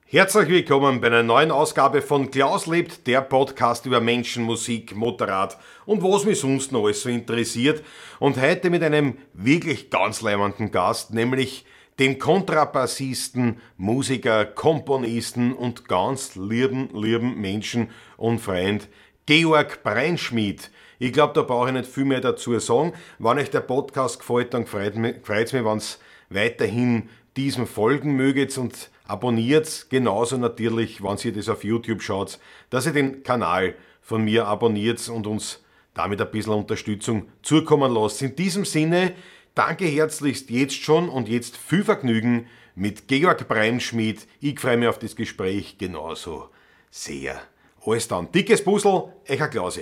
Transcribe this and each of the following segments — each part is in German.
Herzlich willkommen bei einer neuen Ausgabe von Klaus lebt, der Podcast über Menschen, Musik, Motorrad und was mich sonst noch alles so interessiert. Und heute mit einem wirklich ganz leibenden Gast, nämlich dem Kontrabassisten, Musiker, Komponisten und ganz lieben Menschen und Freund Georg Breinschmidt. Ich glaube, da brauche ich nicht viel mehr dazu sagen. Wenn euch der Podcast gefällt, dann freut es mich, wenn es weiterhin diesem folgen möget und abonniert. Genauso natürlich, wenn ihr das auf YouTube schaut, dass ihr den Kanal von mir abonniert und uns damit ein bisschen Unterstützung zukommen lasst. In diesem Sinne, danke herzlichst jetzt schon und jetzt viel Vergnügen mit Georg Breinschmidt. Ich freue mich auf das Gespräch genauso sehr. Alles dann, dickes Puzzle, euer Klause.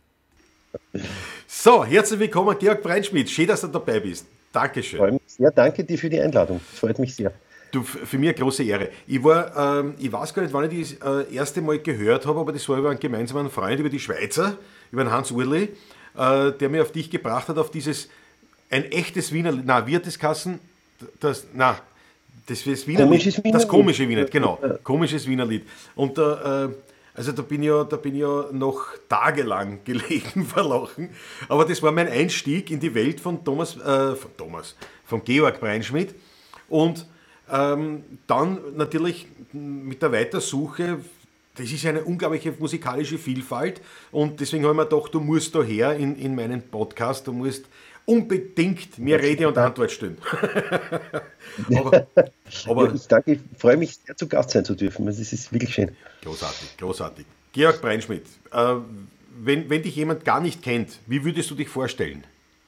So, herzlich willkommen Georg Breinschmidt. Schön, dass du dabei bist. Dankeschön. Ja, danke dir für die Einladung. Freut mich sehr. Du, für mich eine große Ehre. Ich weiß gar nicht, wann ich das erste Mal gehört habe, aber das war über einen gemeinsamen Freund, über die Schweizer, über den Hans Urli, der mir auf dich gebracht hat, auf dieses, ein echtes Wiener, wie hat das geheißen? Das Wiener Lied, das komische Wiener Lied, genau, komisches Wiener Lied. Und da bin ich ja noch tagelang gelegen vor Lachen. Aber das war mein Einstieg in die Welt von von Georg Breinschmidt. Und dann natürlich mit der Weitersuche, das ist eine unglaubliche musikalische Vielfalt. Und deswegen habe ich mir gedacht, du musst da her in meinen Podcast, du musst unbedingt mir Rede und Antwort stellen. aber ja, ich danke, ich freue mich sehr, zu Gast sein zu dürfen. Das ist wirklich schön. Großartig. Georg Breinschmidt, wenn dich jemand gar nicht kennt, wie würdest du dich vorstellen?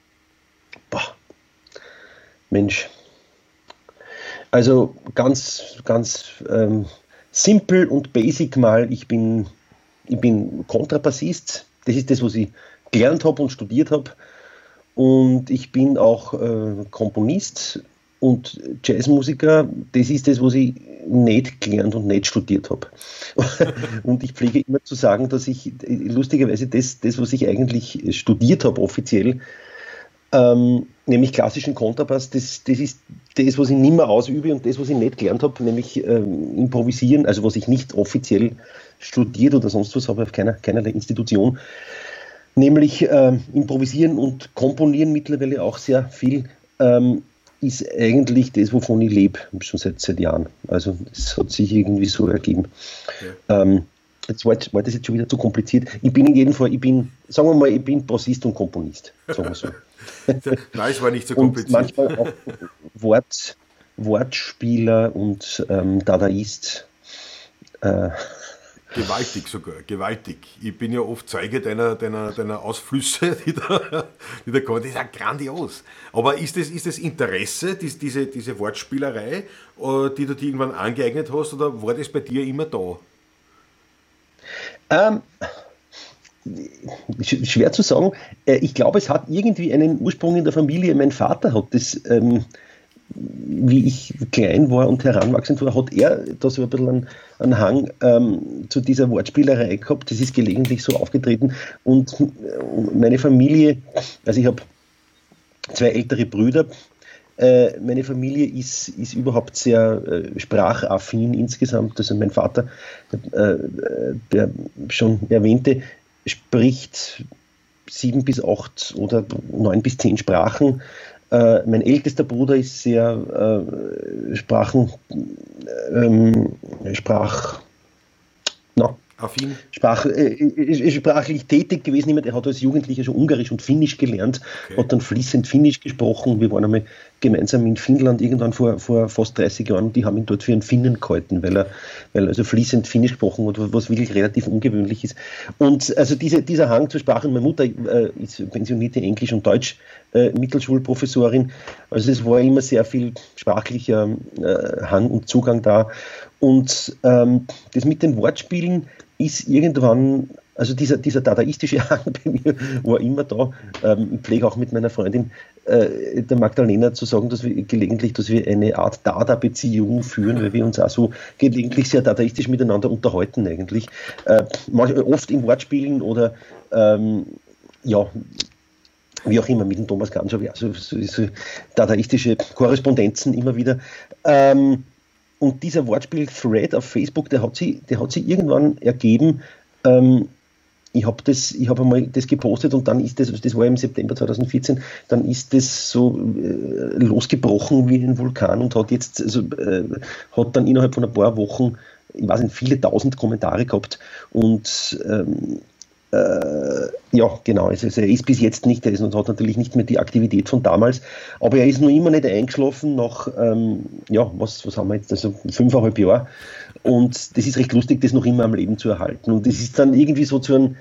Mensch. Also ganz simpel und basic mal, ich bin Kontrabassist. Das ist das, was ich gelernt habe und studiert habe. Und ich bin auch Komponist und Jazzmusiker. Das ist das, was ich nicht gelernt und nicht studiert habe. Und ich pflege immer zu sagen, dass ich lustigerweise das was ich eigentlich studiert habe offiziell, nämlich klassischen Kontrabass, das ist das, was ich nicht mehr ausübe, und das, was ich nicht gelernt habe, nämlich improvisieren, also was ich nicht offiziell studiert oder sonst was habe, auf keinerlei Institution, nämlich improvisieren und komponieren mittlerweile auch sehr viel, ist eigentlich das, wovon ich lebe, schon seit Jahren. Also das hat sich irgendwie so ergeben. Okay. Jetzt war das jetzt schon wieder zu kompliziert. Ich bin in jedem Fall, sagen wir mal, ich bin Bassist und Komponist, sagen wir so. Nein, es war nicht so kompliziert. Und manchmal auch Wortspieler und Dadaist. Gewaltig. Ich bin ja oft Zeuge deiner Ausflüsse, die da kommen. Das ist ja grandios. Aber ist das Interesse, diese Wortspielerei, die du dir irgendwann angeeignet hast, oder war das bei dir immer da? Schwer zu sagen. Ich glaube, es hat irgendwie einen Ursprung in der Familie. Mein Vater hat das, wie ich klein war und heranwachsend war, hat er da so ein bisschen einen Hang zu dieser Wortspielerei gehabt. Das ist gelegentlich so aufgetreten. Und meine Familie, also ich habe 2 ältere Brüder. Meine Familie ist überhaupt sehr sprachaffin insgesamt. Also mein Vater, der schon erwähnte, spricht 7 bis 8 oder 9 bis 10 Sprachen. Mein ältester Bruder ist sehr sprachlich tätig gewesen. Er hat als Jugendlicher schon Ungarisch und Finnisch gelernt, okay. Hat dann fließend Finnisch gesprochen. Wir waren einmal gemeinsam in Finnland irgendwann vor fast 30 Jahren. Die haben ihn dort für einen Finnen gehalten, weil er also fließend Finnisch gesprochen hat, was wirklich relativ ungewöhnlich ist. Und also dieser Hang zur Sprache, meine Mutter ist pensionierte Englisch- und Deutsch Mittelschulprofessorin. Also es war immer sehr viel sprachlicher Hang und Zugang da. Und das mit den Wortspielen ist irgendwann, also dieser dadaistische Hang bei mir war immer da. Ich pflege auch mit meiner Freundin, der Magdalena, zu sagen, dass wir eine Art Dada-Beziehung führen, weil wir uns auch so gelegentlich sehr dadaistisch miteinander unterhalten eigentlich. Oft im Wortspielen oder wie auch immer, mit dem Thomas Ganz habe ich also so dadaistische Korrespondenzen immer wieder. Und dieser Wortspiel-Thread auf Facebook, der hat sich irgendwann ergeben. Ich habe einmal das gepostet und dann ist das war im September 2014, dann ist das so losgebrochen wie ein Vulkan und hat dann innerhalb von ein paar Wochen, ich weiß nicht, viele tausend Kommentare gehabt und ja, genau, also er ist bis jetzt nicht, er hat natürlich nicht mehr die Aktivität von damals, aber er ist noch immer nicht eingeschlafen nach, was haben wir jetzt, also 5,5 Jahre, und das ist recht lustig, das noch immer am Leben zu erhalten, und das ist dann irgendwie so zu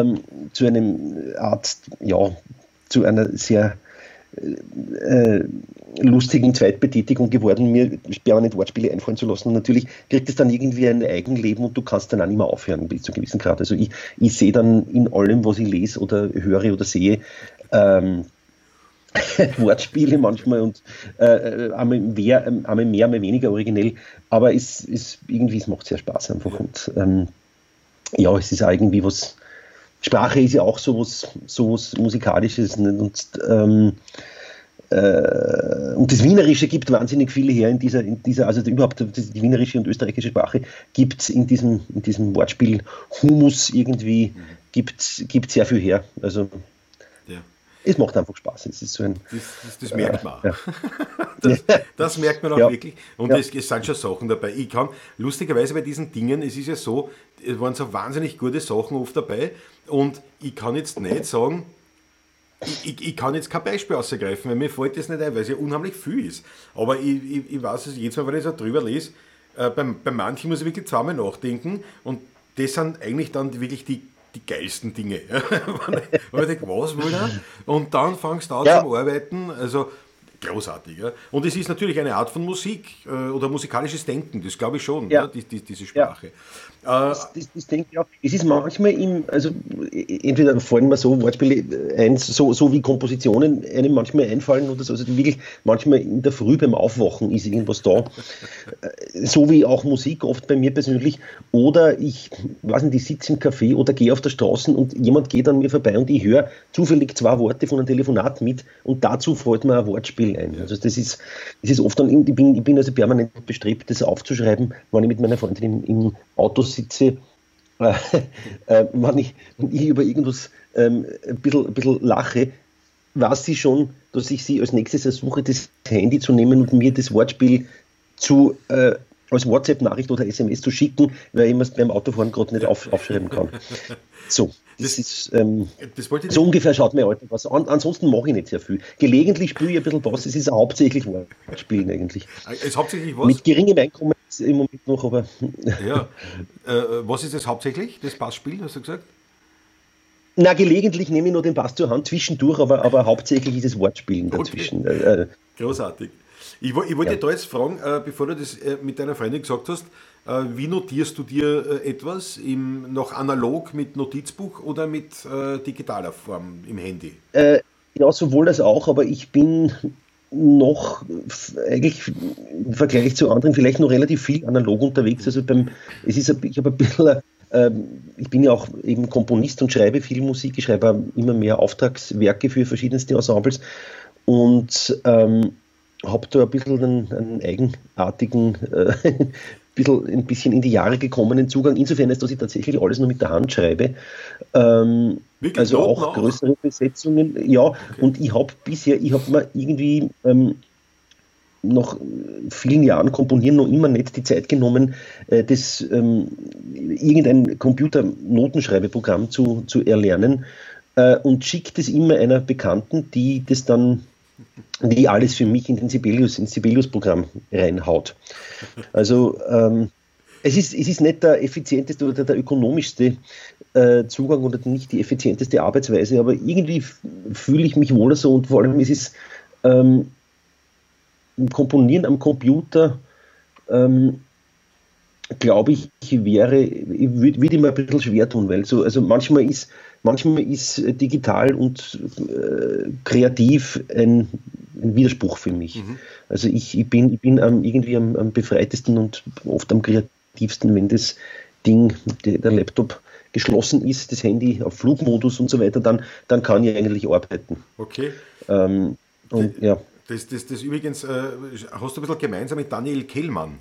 einer sehr lustigen Zweitbetätigung geworden, mir permanent Wortspiele einfallen zu lassen. Und natürlich kriegt es dann irgendwie ein Eigenleben und du kannst dann auch nicht mehr aufhören bis zu einem gewissen Grad. Also ich sehe dann in allem, was ich lese oder höre oder sehe, Wortspiele manchmal und einmal mehr, einmal weniger originell, aber es macht sehr Spaß einfach. Und es ist auch irgendwie was. Sprache ist ja auch sowas Musikalisches, nicht? Und das Wienerische gibt wahnsinnig viel her in dieser, also überhaupt die wienerische und österreichische Sprache gibt es in diesem Wortspiel Humus irgendwie, gibt sehr viel her. Also es macht einfach Spaß. Es ist so ein, das merkt man. Ja. Das merkt man auch wirklich. Und es sind schon Sachen dabei. Ich kann, lustigerweise bei diesen Dingen, es ist ja so, es waren so wahnsinnig gute Sachen oft dabei und ich kann jetzt nicht sagen, ich kann jetzt kein Beispiel ausgreifen, weil mir fällt das nicht ein, weil es ja unheimlich viel ist. Aber ich weiß es jedes Mal, wenn ich so drüber lese, bei manchen muss ich wirklich zweimal nachdenken und das sind eigentlich dann wirklich die geilsten Dinge. Weil ich denke, was will er? Und dann fangst du an zum Arbeiten, also großartig. Ja? Und es ist natürlich eine Art von Musik oder musikalisches Denken, das glaube ich schon, diese Sprache. Das denke ich auch. Es ist manchmal entweder fallen mir so Wortspiele ein, so wie Kompositionen einem manchmal einfallen oder so, also wirklich manchmal in der Früh beim Aufwachen ist irgendwas da. So wie auch Musik oft bei mir persönlich. Oder ich sitze im Café oder gehe auf der Straße und jemand geht an mir vorbei und ich höre zufällig 2 Worte von einem Telefonat mit und dazu fällt mir ein Wortspiel ein. Also das ist oft dann, ich bin also permanent bestrebt, das aufzuschreiben, wenn ich mit meiner Freundin im Auto sitze, wenn ich über irgendwas ein bisschen lache, weiß sie schon, dass ich sie als nächstes versuche, das Handy zu nehmen und mir das Wortspiel als WhatsApp-Nachricht oder SMS zu schicken, weil ich mir beim Autofahren gerade nicht aufschreiben kann. So, so ungefähr schaut mein Alltag aus. Ansonsten mache ich nicht sehr viel. Gelegentlich spiele ich ein bisschen Bass, es ist hauptsächlich Wortspielen eigentlich. Ist hauptsächlich was? Mit geringem Einkommen im Moment noch, aber... Ja. Was ist das hauptsächlich, das Bassspiel, hast du gesagt? Na, gelegentlich nehme ich nur den Bass zur Hand zwischendurch, aber hauptsächlich ist es Wortspielen dazwischen. Okay. Großartig. Ich wollte da jetzt fragen, bevor du das mit deiner Freundin gesagt hast, wie notierst du dir etwas noch analog mit Notizbuch oder mit digitaler Form im Handy? Ja, sowohl das auch, aber ich bin noch eigentlich im Vergleich zu anderen vielleicht noch relativ viel analog unterwegs. Also ich habe ein bisschen, ich bin ja auch eben Komponist und schreibe viel Musik, ich schreibe immer mehr Auftragswerke für verschiedenste Ensembles und habe da ein bisschen einen eigenartigen, ein bisschen in die Jahre gekommenen Zugang, insofern ist, dass ich tatsächlich alles nur mit der Hand schreibe. Also auch größere Besetzungen, ja, okay. Und ich habe mir irgendwie nach vielen Jahren Komponieren noch immer nicht die Zeit genommen, irgendein Computer-Notenschreibeprogramm zu erlernen und schicke das immer einer Bekannten, die alles für mich in den Sibelius-Programm reinhaut. Also es ist nicht der effizienteste oder der ökonomischste Zugang oder nicht die effizienteste Arbeitsweise, aber irgendwie fühle ich mich wohler so und vor allem ist es Komponieren am Computer, glaube ich, würde ich mir ein bisschen schwer tun, weil also manchmal ist digital und kreativ ein Widerspruch für mich. Mhm. Also ich bin irgendwie am befreitesten und oft am kreativsten, wenn das Ding, der Laptop geschlossen ist, das Handy auf Flugmodus und so weiter, dann kann ich eigentlich arbeiten. Okay. Und ja. Das übrigens hast du ein bisschen gemeinsam mit Daniel Kehlmann.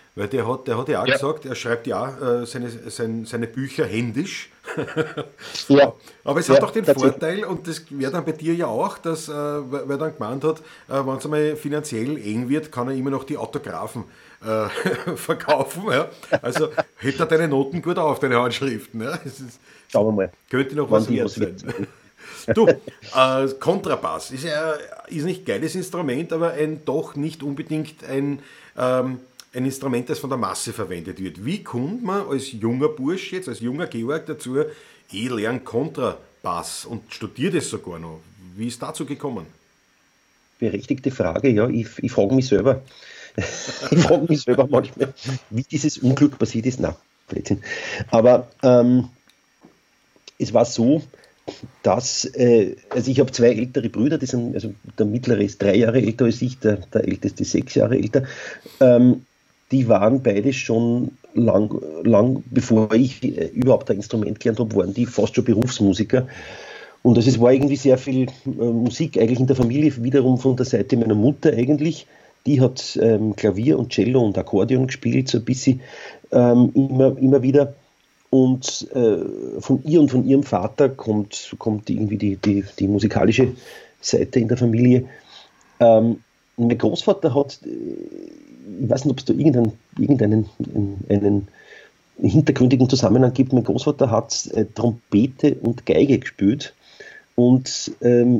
Weil der hat ja auch gesagt, er schreibt ja auch seine Bücher händisch. Ja, Aber es hat auch den Vorteil, und das wäre dann bei dir ja auch, dass, weil er dann gemeint hat, wenn es einmal finanziell eng wird, kann er immer noch die Autographen verkaufen. Ja? Also hält er deine Noten gut auf, deine Handschriften. Ja? schauen wir mal, Könnte noch wann was die wert was sein. Du, Kontrabass ist nicht geiles Instrument, aber doch nicht unbedingt ein Instrument, das von der Masse verwendet wird. Wie kommt man als junger Bursch jetzt, als junger Georg dazu, ich lerne Kontrabass und studiere das sogar noch? Wie ist dazu gekommen? Berechtigte Frage, ja, ich frage mich selber. Ich frage mich selber manchmal, wie dieses Unglück passiert ist. Nein, Blödsinn. Aber es war so, dass, also ich habe zwei ältere Brüder, also der mittlere ist 3 Jahre älter als ich, der älteste 6 Jahre älter. Die waren beide schon lang bevor ich überhaupt ein Instrument gelernt habe, waren die fast schon Berufsmusiker. Und also es war irgendwie sehr viel Musik eigentlich in der Familie, wiederum von der Seite meiner Mutter eigentlich. Die hat Klavier und Cello und Akkordeon gespielt, so ein bisschen immer wieder. Und von ihr und von ihrem Vater kommt irgendwie die musikalische Seite in der Familie. Mein Großvater hat, ich weiß nicht, ob es da irgendeinen einen hintergründigen Zusammenhang gibt. Mein Großvater hat Trompete und Geige gespielt. Und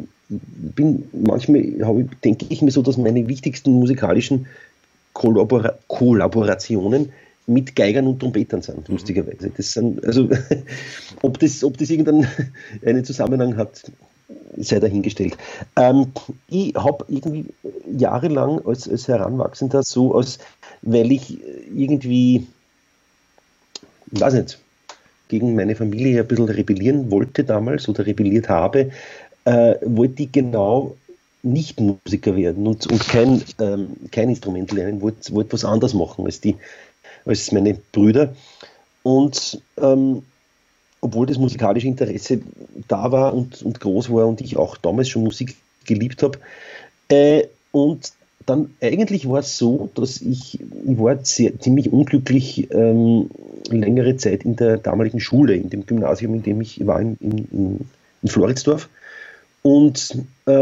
denke ich mir so, dass meine wichtigsten musikalischen Kollaborationen mit Geigern und Trompetern sind, lustigerweise. Das sind, also, ob das irgendeinen Zusammenhang hat, sei dahingestellt. Ich habe irgendwie jahrelang als Heranwachsender weil ich irgendwie, ich weiß nicht, gegen meine Familie ein bisschen rebellieren wollte damals oder rebelliert habe, wollte ich genau nicht Musiker werden und kein Instrument lernen, wollte was anderes machen als meine Brüder. Und obwohl das musikalische Interesse da war und groß war und ich auch damals schon Musik geliebt habe. Und dann eigentlich war es so, dass ich war ziemlich unglücklich längere Zeit in der damaligen Schule, in dem Gymnasium, in dem ich war, in Floridsdorf. Und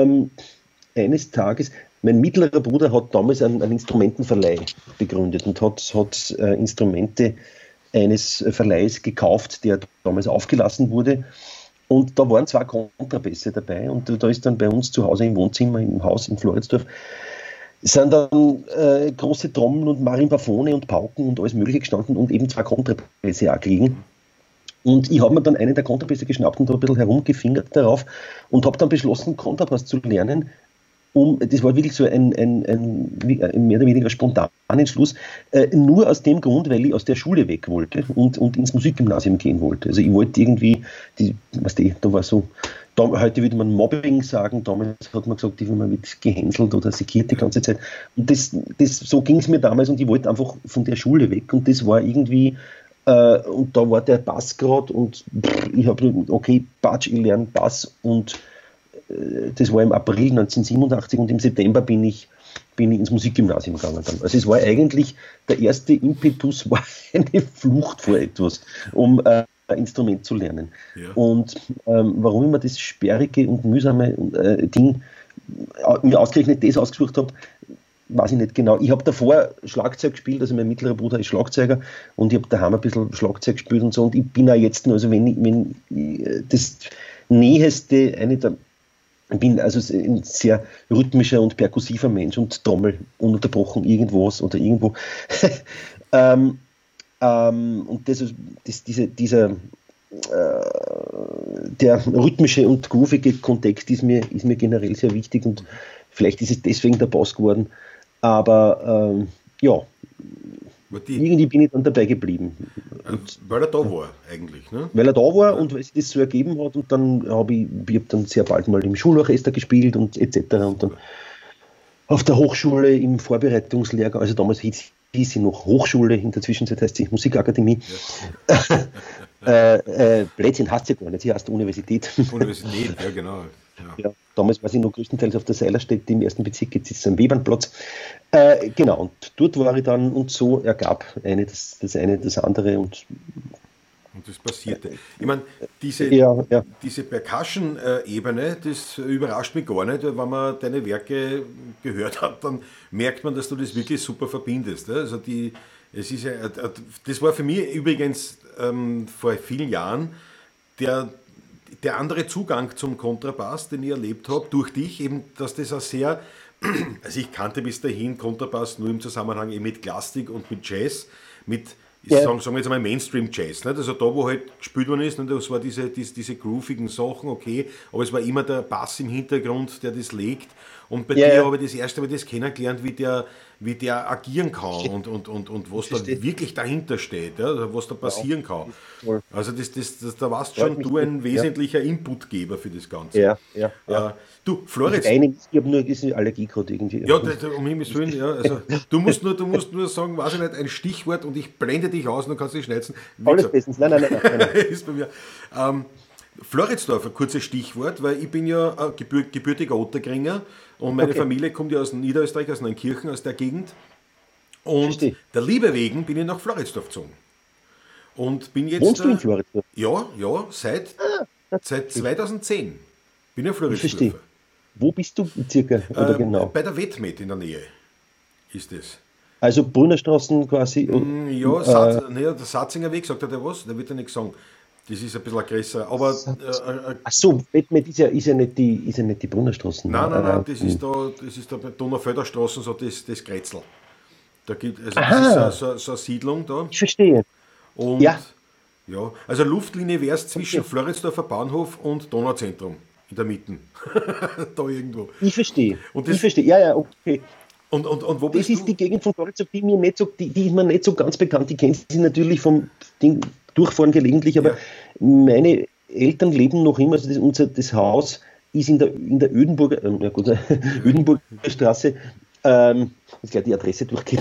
eines Tages, mein mittlerer Bruder hat damals einen Instrumentenverleih begründet und hat Instrumente eines Verleihs gekauft, der damals aufgelassen wurde. Und da waren 2 Kontrabässe dabei und da ist dann bei uns zu Hause im Wohnzimmer, im Haus in Floridsdorf, sind dann große Trommeln und Marimbafone und Pauken und alles Mögliche gestanden und eben 2 Kontrabässe auch gelegen. Und ich habe mir dann einen der Kontrabässe geschnappt und da ein bisschen herumgefingert darauf und habe dann beschlossen, Kontrabass zu lernen. Das war wirklich so ein mehr oder weniger spontaner Entschluss, nur aus dem Grund, weil ich aus der Schule weg wollte und ins Musikgymnasium gehen wollte. Also ich wollte irgendwie, da war so, heute würde man Mobbing sagen, damals hat man gesagt, man wird gehänselt oder sekiert die ganze Zeit. Und so ging es mir damals und ich wollte einfach von der Schule weg und das war irgendwie, und da war der Bass gerade und ich habe, okay, Batsch, ich lerne Bass und das war im April 1987 und im September bin ich ins Musikgymnasium gegangen. Dann. Also es war eigentlich, der erste Impetus war eine Flucht vor etwas, um ein Instrument zu lernen. Ja. Und warum ich mir das sperrige und mühsame Ding mir ausgerechnet das ausgesucht habe, weiß ich nicht genau. Ich habe davor Schlagzeug gespielt, also mein mittlerer Bruder ist Schlagzeuger und ich habe daheim ein bisschen Schlagzeug gespielt und so und ich bin auch jetzt nur, also wenn das Näheste, ich bin also ein sehr rhythmischer und perkussiver Mensch und trommel ununterbrochen irgendwas oder irgendwo. Und der rhythmische und groovige Kontext ist mir generell sehr wichtig und vielleicht ist es deswegen der Bass geworden. Aber irgendwie bin ich dann dabei geblieben. Weil er da war eigentlich, ne? Weil er da war und weil sich das so ergeben hat und dann habe ich dann sehr bald mal im Schulorchester gespielt und etc. Und dann auf der Hochschule im Vorbereitungslehrgang, also damals hieß sie noch Hochschule, in der Zwischenzeit heißt sie Musikakademie. Ja. Blödsinn heißt sie gar nicht, sie heißt Universität. Universität, ja genau. Ja. Damals war sie noch größtenteils auf der Seilerstätte im ersten Bezirk, jetzt ist es am Webernplatz. Genau, und dort war ich dann und so ergab das eine das andere und das passierte. Ich meine, diese Percussion-Ebene, das überrascht mich gar nicht, weil wenn man deine Werke gehört hat, dann merkt man, dass du das wirklich super verbindest. Also das war für mich übrigens vor vielen Jahren der andere Zugang zum Kontrabass, den ich erlebt habe, durch dich, eben, dass das auch sehr, also ich kannte bis dahin Kontrabass nur im Zusammenhang eben mit Klassik und mit Jazz, sagen wir jetzt mal Mainstream-Jazz, nicht? Also da, wo halt gespielt worden ist, nicht? Das war diese groovigen Sachen, okay, aber es war immer der Bass im Hintergrund, der das legt. Und bei dir habe ich das erste Mal das kennengelernt, wie der agieren kann und was da wirklich dahinter steht, ja, was da passieren kann. Also da warst schon du ein wesentlicher Inputgeber für das Ganze. Du, Floritz. Ich habe nur diese Allergie gerade irgendwie. Ja, um Himmels Willen, ja. Also, du musst nur sagen, weiß ich nicht, ein Stichwort und ich blende dich aus und dann kannst du dich schneiden. Alles bestens. Nein. Ist bei mir. Floridsdorf, ein kurzes Stichwort, weil ich bin ja ein gebürtiger Otterkringer und meine Familie kommt ja aus Niederösterreich, aus Neunkirchen, aus der Gegend. Und der Liebe wegen bin ich nach Floridsdorf gezogen. Und bin jetzt. Wohnst du in Floridsdorf? Ja, seit 2010 bin ich Floridsdorfer. Wo bist du circa? Oder genau? Bei der Wettmet in der Nähe ist es. Also Brunnerstraßen quasi? Der Satzinger Weg, sagt er dir was? Der wird ja nichts sagen. Das ist ein bisschen größer. Aber, ach so, Wettmet ist ja nicht die Brunnerstraßen. Nein, das ist da bei Donaufelder-Straßen so das Grätzl. Das ist so eine Siedlung da. Ich verstehe. Und also Luftlinie wäre es zwischen Floridsdorfer Bahnhof und Donauzentrum. In der Mitte. Da irgendwo. Ich verstehe. Okay. Und wo bist du? Das ist die Gegend von Floridsdorf, die ist mir nicht so ganz bekannt. Die kennen sie natürlich vom Ding durchfahren gelegentlich, aber meine Eltern leben noch immer, also das Haus ist in der Ödenburger, Ödenburger Straße, jetzt gleich die Adresse durchgehen.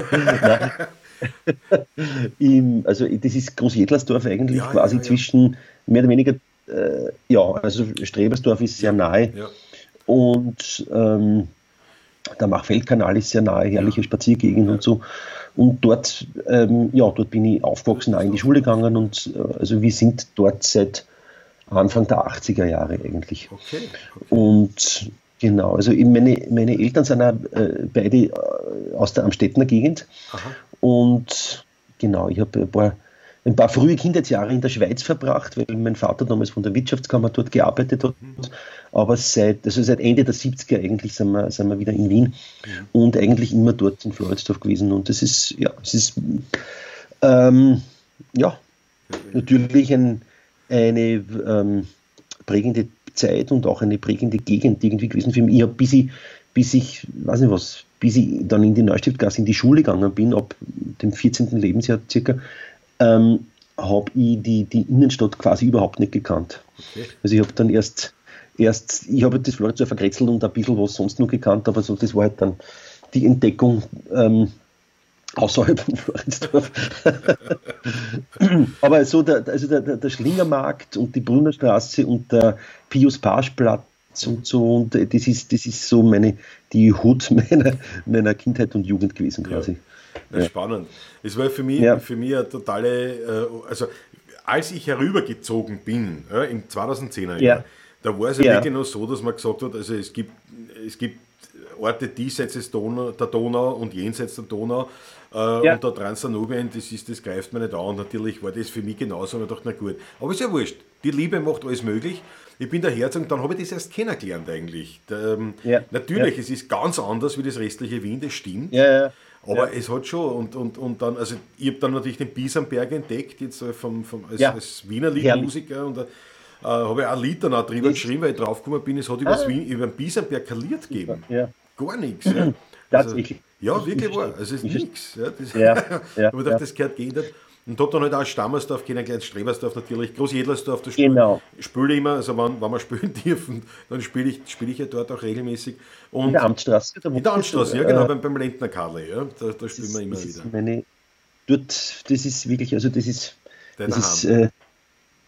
Also das ist Großjedlersdorf eigentlich, quasi zwischen mehr oder weniger, also Strebersdorf ist sehr nahe und der Machfeldkanal ist sehr nahe, herrliche Spaziergegend und so. Und dort bin ich aufgewachsen, auch in die Schule gegangen und also wir sind dort seit Anfang der 80er Jahre eigentlich. Okay. Und genau, also meine Eltern sind auch beide aus der Amstettner Gegend. Aha. Und genau, ich habe ein paar frühe Kindheitsjahre in der Schweiz verbracht, weil mein Vater damals von der Wirtschaftskammer dort gearbeitet hat. Aber seit Ende der 70er eigentlich sind wir wieder in Wien und eigentlich immer dort in Floridsdorf gewesen. Und das ist, natürlich eine prägende Zeit und auch eine prägende Gegend irgendwie gewesen für mich. Ich habe bis ich dann in die Neustiftgasse in die Schule gegangen bin, ab dem 14. Lebensjahr circa, habe ich die Innenstadt quasi überhaupt nicht gekannt. Okay. Also ich habe dann erst ich habe das Floridsdorfer Grätzl und ein bisschen was sonst noch gekannt, aber so, das war halt dann die Entdeckung außerhalb von Floridsdorf. Aber so der Schlingermarkt und die Brunnerstraße und der Pius-Pasch-Platz und so, und das ist so die Hut meiner Kindheit und Jugend gewesen quasi. Das ist spannend. Es war für mich eine totale, also als ich herübergezogen bin, im 2010er Jahr, da war es ja wirklich noch so, dass man gesagt hat, also es gibt Orte diesseits der Donau und jenseits der Donau und da Transdanubien, das greift mir nicht an. Und natürlich war das für mich genauso und ich dachte, na gut, aber ist ja wurscht, die Liebe macht alles möglich. Ich bin dahergezogen, dann habe ich das erst kennengelernt eigentlich. Natürlich, es ist ganz anders wie das restliche Wien, das stimmt. Aber es hat schon, und dann, also ich habe dann natürlich den Biesenberg entdeckt, jetzt als Wiener Liedmusiker, und habe ich ein Lied dann auch drüber geschrieben, weil ich draufgekommen bin, es hat über den Biesenberg kein Lied gegeben. Gar nichts. Ja. Tatsächlich. Also, wirklich wahr. Also es ist nichts. Aber ich dachte, das gehört geändert. Und habe dann halt auch Stammersdorf kennengelernt, Strebersdorf natürlich, Großjedlersdorf, da spiele ich immer, also wenn wir spielen dürfen, dann spiele ich ja dort auch regelmäßig. Und in der Amtsstraße? In der Amtsstraße, ja genau, beim Lentner Karle, da spielen wir immer wieder. Das ist wirklich, also das ist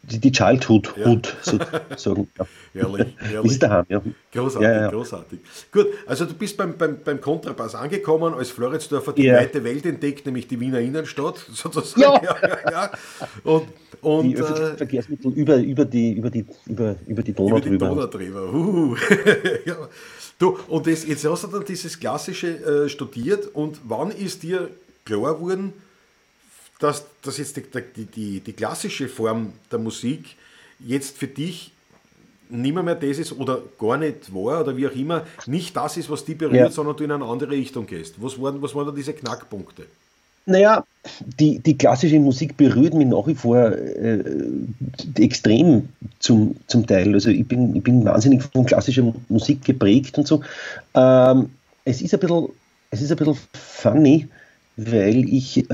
die Childhood, sozusagen. Herrlich. Das ist daheim, ja. Großartig, großartig. Gut, also du bist beim Kontrabass angekommen, als Floridsdorfer die weite Welt entdeckt, nämlich die Wiener Innenstadt, sozusagen. Ja. Und die öffentlichen Verkehrsmittel über die Donau drüber. Ja. Du, und jetzt hast du dann dieses Klassische studiert, und wann ist dir klar geworden, dass jetzt die klassische Form der Musik jetzt für dich nicht mehr das ist oder gar nicht war oder wie auch immer, nicht das ist, was dich berührt, sondern du in eine andere Richtung gehst? Was waren da diese Knackpunkte? Naja, die klassische Musik berührt mich nach wie vor extrem zum Teil. Also ich bin wahnsinnig von klassischer Musik geprägt und so. Es ist ein bisschen funny, weil ich,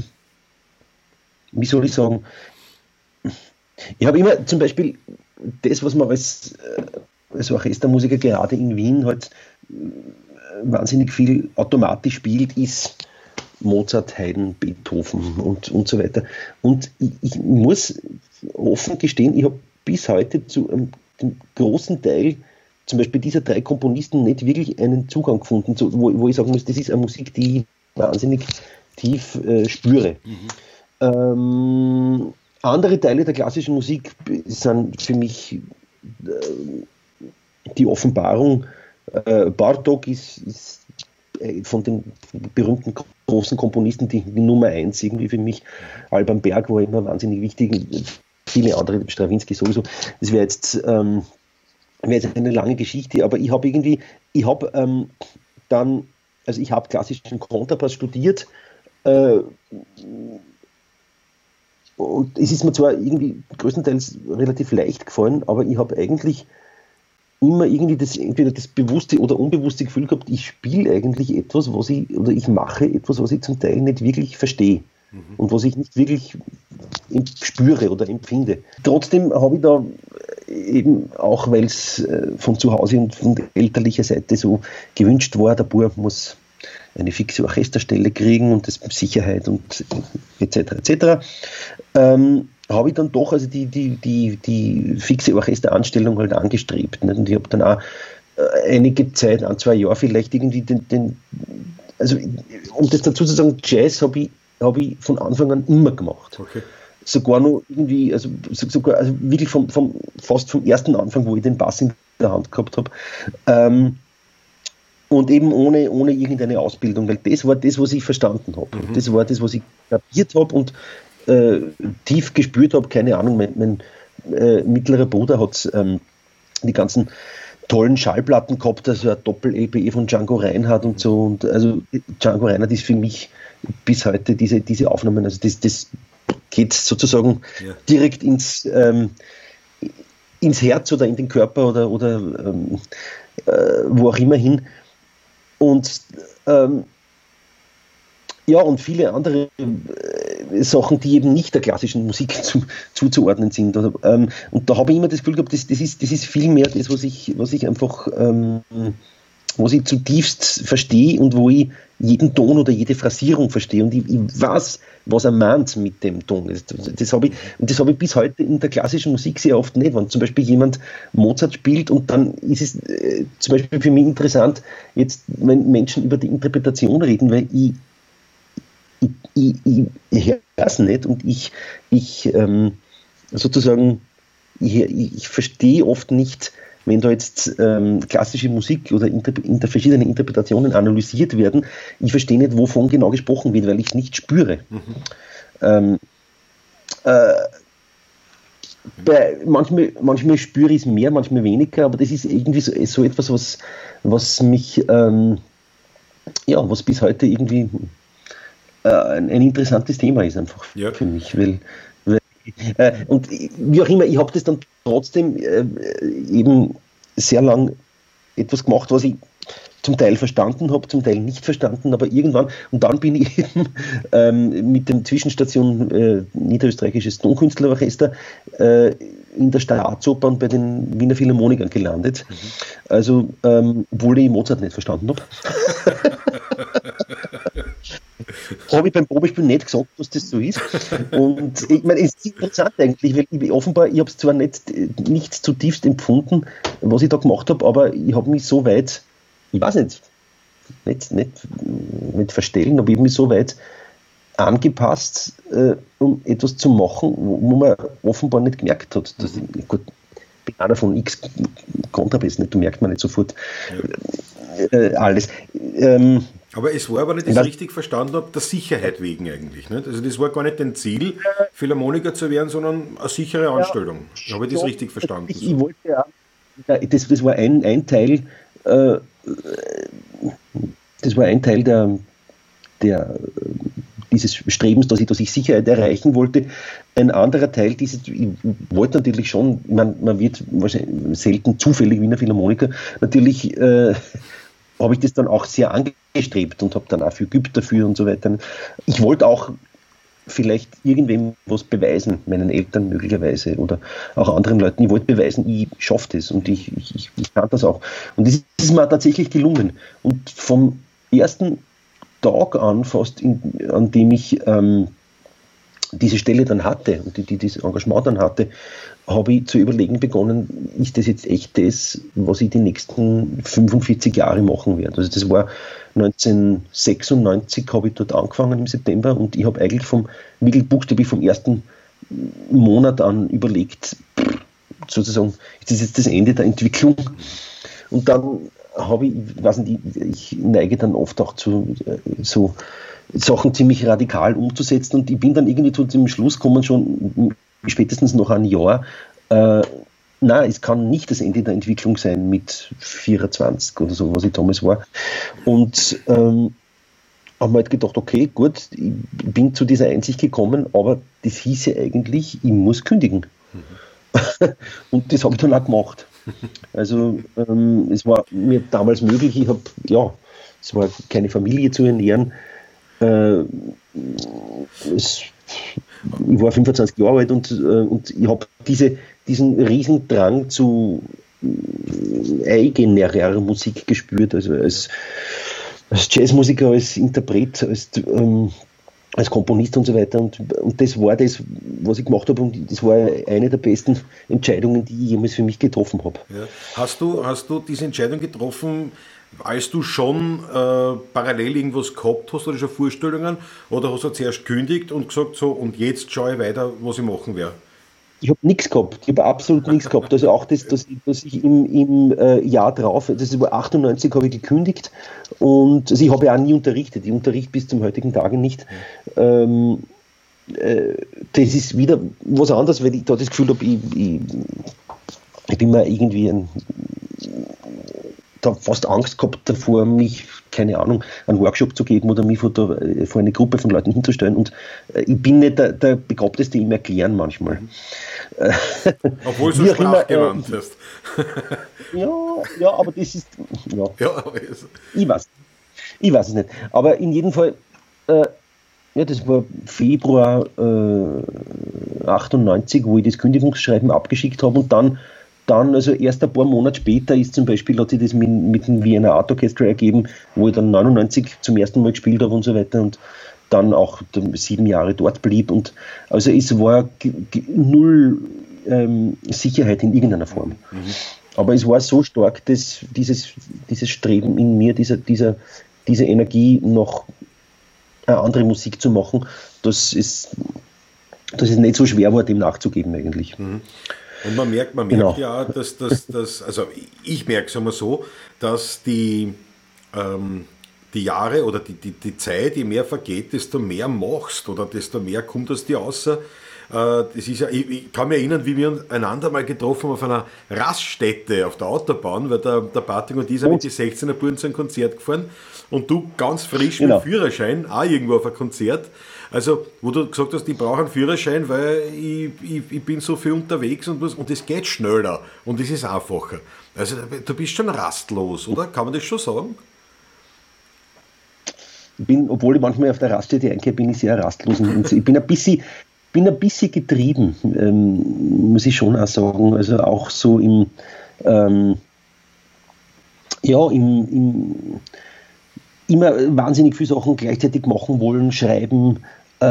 wie soll ich sagen, ich habe immer zum Beispiel das, was man als Orchestermusiker gerade in Wien halt wahnsinnig viel automatisch spielt, ist Mozart, Haydn, Beethoven und so weiter. Und ich muss offen gestehen, ich habe bis heute zu einem großen Teil zum Beispiel dieser 3 Komponisten nicht wirklich einen Zugang gefunden, wo ich sagen muss, das ist eine Musik, die ich wahnsinnig tief spüre. Andere Teile der klassischen Musik sind für mich die Offenbarung. Bartók ist von den berühmten großen Komponisten die Nummer 1 irgendwie für mich. Alban Berg war immer wahnsinnig wichtig, viele andere, Strawinsky sowieso. Das wäre jetzt eine lange Geschichte, aber ich habe klassischen Kontrabass studiert, und es ist mir zwar irgendwie größtenteils relativ leicht gefallen, aber ich habe eigentlich immer irgendwie entweder das bewusste oder unbewusste Gefühl gehabt, ich spiele eigentlich etwas, ich mache etwas, was ich zum Teil nicht wirklich verstehe und was ich nicht wirklich spüre oder empfinde. Trotzdem habe ich da eben auch, weil es von zu Hause und von elterlicher Seite so gewünscht war, der Bub muss eine fixe Orchesterstelle kriegen und das Sicherheit und etc. Habe ich dann doch also die fixe Orchesteranstellung halt angestrebt. Nicht? Und ich habe dann auch einige Zeit, 1-2 Jahre vielleicht irgendwie also um das dazu zu sagen, Jazz habe ich von Anfang an immer gemacht. Okay. Sogar noch irgendwie, also wirklich fast vom ersten Anfang, wo ich den Bass in der Hand gehabt habe. Und eben ohne irgendeine Ausbildung, weil das war das, was ich verstanden habe. Das war das, was ich kapiert habe und tief gespürt habe. Keine Ahnung, mein mittlerer Bruder hat die ganzen tollen Schallplatten gehabt, also ein Doppel-LP von Django Reinhardt und so. Und also Django Reinhardt ist für mich bis heute diese Aufnahmen, also das geht sozusagen direkt ins Herz oder in den Körper oder wo auch immer hin. Und und viele andere Sachen, die eben nicht der klassischen Musik zuzuordnen sind. Und da habe ich immer das Gefühl gehabt, das ist viel mehr das, was ich einfach, was ich zutiefst verstehe und wo ich jeden Ton oder jede Phrasierung verstehe. Und ich weiß, was er meint mit dem Ton. Das habe ich bis heute in der klassischen Musik sehr oft nicht. Wenn zum Beispiel jemand Mozart spielt und dann ist es zum Beispiel für mich interessant, jetzt, wenn Menschen über die Interpretation reden, weil ich höre es nicht und ich verstehe oft nicht, wenn da jetzt klassische Musik oder verschiedene Interpretationen analysiert werden, ich verstehe nicht, wovon genau gesprochen wird, weil ich es nicht spüre. Manchmal spüre ich es mehr, manchmal weniger, aber das ist irgendwie so etwas, was mich, was bis heute irgendwie ein interessantes Thema ist einfach für mich, und wie auch immer, ich habe das dann trotzdem eben sehr lang etwas gemacht, was ich zum Teil verstanden habe, zum Teil nicht verstanden, aber irgendwann, und dann bin ich eben mit dem Zwischenstation Niederösterreichisches Tonkünstlerorchester in der Staatsoper und bei den Wiener Philharmonikern gelandet. Also, obwohl ich Mozart nicht verstanden habe. habe ich beim Probespiel nicht gesagt, dass das so ist. Und ich meine, es ist interessant eigentlich, weil ich habe es zwar nicht zutiefst empfunden, was ich da gemacht habe, aber ich habe mich so weit, ich weiß nicht verstellen, aber ich habe mich so weit angepasst, um etwas zu machen, wo man offenbar nicht gemerkt hat. Dass, gut, ich bin einer von X Kontrabass, nicht, da merkt man nicht sofort alles. Aber es war, wenn ich das richtig verstanden habe, der Sicherheit wegen eigentlich. Nicht? Also das war gar nicht dein Ziel, Philharmoniker zu werden, sondern eine sichere Anstellung. Habe ich das richtig verstanden? Ich wollte ja, das war ein Teil, das war ein Teil dieses Strebens, dass ich Sicherheit erreichen wollte. Ein anderer Teil ich wollte natürlich schon, man wird wahrscheinlich selten zufällig wie ein Philharmoniker, natürlich habe ich das dann auch sehr angestrebt und habe dann auch viel geübt dafür und so weiter. Ich wollte auch vielleicht irgendwem was beweisen, meinen Eltern möglicherweise oder auch anderen Leuten. Ich wollte beweisen, ich schaffe das und ich kann das auch. Und das ist mir tatsächlich gelungen. Und vom ersten Tag an, fast an dem ich diese Stelle dann hatte und dieses Engagement dann hatte, habe ich zu überlegen begonnen, ist das jetzt echt das, was ich die nächsten 45 Jahre machen werde. Also das war 1996, habe ich dort angefangen im September und ich habe eigentlich buchstäblich vom ersten Monat an überlegt, sozusagen, ist das jetzt das Ende der Entwicklung? Und dann habe ich neige dann oft auch zu so Sachen ziemlich radikal umzusetzen und ich bin dann irgendwie zu dem Schluss gekommen, schon spätestens nach einem Jahr, nein, es kann nicht das Ende der Entwicklung sein mit 24 oder so, was ich damals war. Und haben wir halt gedacht, okay, gut, ich bin zu dieser Einsicht gekommen, aber das hieße eigentlich, ich muss kündigen. Und das habe ich dann auch gemacht. Also es war mir damals möglich, es war keine Familie zu ernähren. Ich war 25 Jahre alt und ich habe diesen riesen Drang zu eigener Musik gespürt, also als Jazzmusiker, als Interpret, als Komponist und so weiter. Und das war das, was ich gemacht habe und das war eine der besten Entscheidungen, die ich jemals für mich getroffen habe. Ja. Hast du diese Entscheidung getroffen, als du schon parallel irgendwas gehabt hast oder schon Vorstellungen, oder hast du zuerst gekündigt und gesagt, so, und jetzt schaue ich weiter, was ich machen werde? Ich habe nichts gehabt, ich habe absolut nichts gehabt. Also auch das, dass ich im Jahr drauf, das war 98, habe ich gekündigt und also ich habe ja auch nie unterrichtet. Ich unterrichte bis zum heutigen Tage nicht. Das ist wieder was anderes, weil ich da das Gefühl habe, ich bin mir irgendwie da fast Angst gehabt davor, mich, keine Ahnung, einen Workshop zu geben oder mich vor eine Gruppe von Leuten hinzustellen. Und ich bin nicht der Begabteste im Erklären manchmal. Obwohl du sprachgewandt hast. Ja, aber das ist... Ja. Ich weiß es nicht. Aber in jedem Fall, das war Februar 98, wo ich das Kündigungsschreiben abgeschickt habe und dann, also erst ein paar Monate später hat sich das mit dem Vienna Art Orchestra ergeben, wo ich dann 99 zum ersten Mal gespielt habe und so weiter und dann auch 7 Jahre dort blieb. Und also es war null Sicherheit in irgendeiner Form. Aber es war so stark, dass dieses Streben in mir, diese Energie, noch eine andere Musik zu machen, dass es nicht so schwer war, dem nachzugeben eigentlich. Und man merkt genau. Ja, dass also ich merke es immer so, dass die Jahre oder die Zeit, je mehr vergeht, desto mehr machst oder desto mehr kommt aus dir raus. Das ist ja, ich kann mich erinnern, wie wir einander mal getroffen haben auf einer Raststätte auf der Autobahn, weil der Barting und ich sind mit die 16er Buren zu einem Konzert gefahren und du ganz frisch mit Führerschein, auch irgendwo auf ein Konzert. Also, wo du gesagt hast, ich brauche einen Führerschein, weil ich bin so viel unterwegs und es geht schneller und es ist einfacher. Also, du bist schon rastlos, oder? Kann man das schon sagen? Obwohl ich manchmal auf der Raststätte einkehre, bin ich sehr rastlos. Ich bin ein bisschen getrieben, muss ich schon auch sagen. Also auch so immer wahnsinnig viele Sachen gleichzeitig machen wollen, schreiben,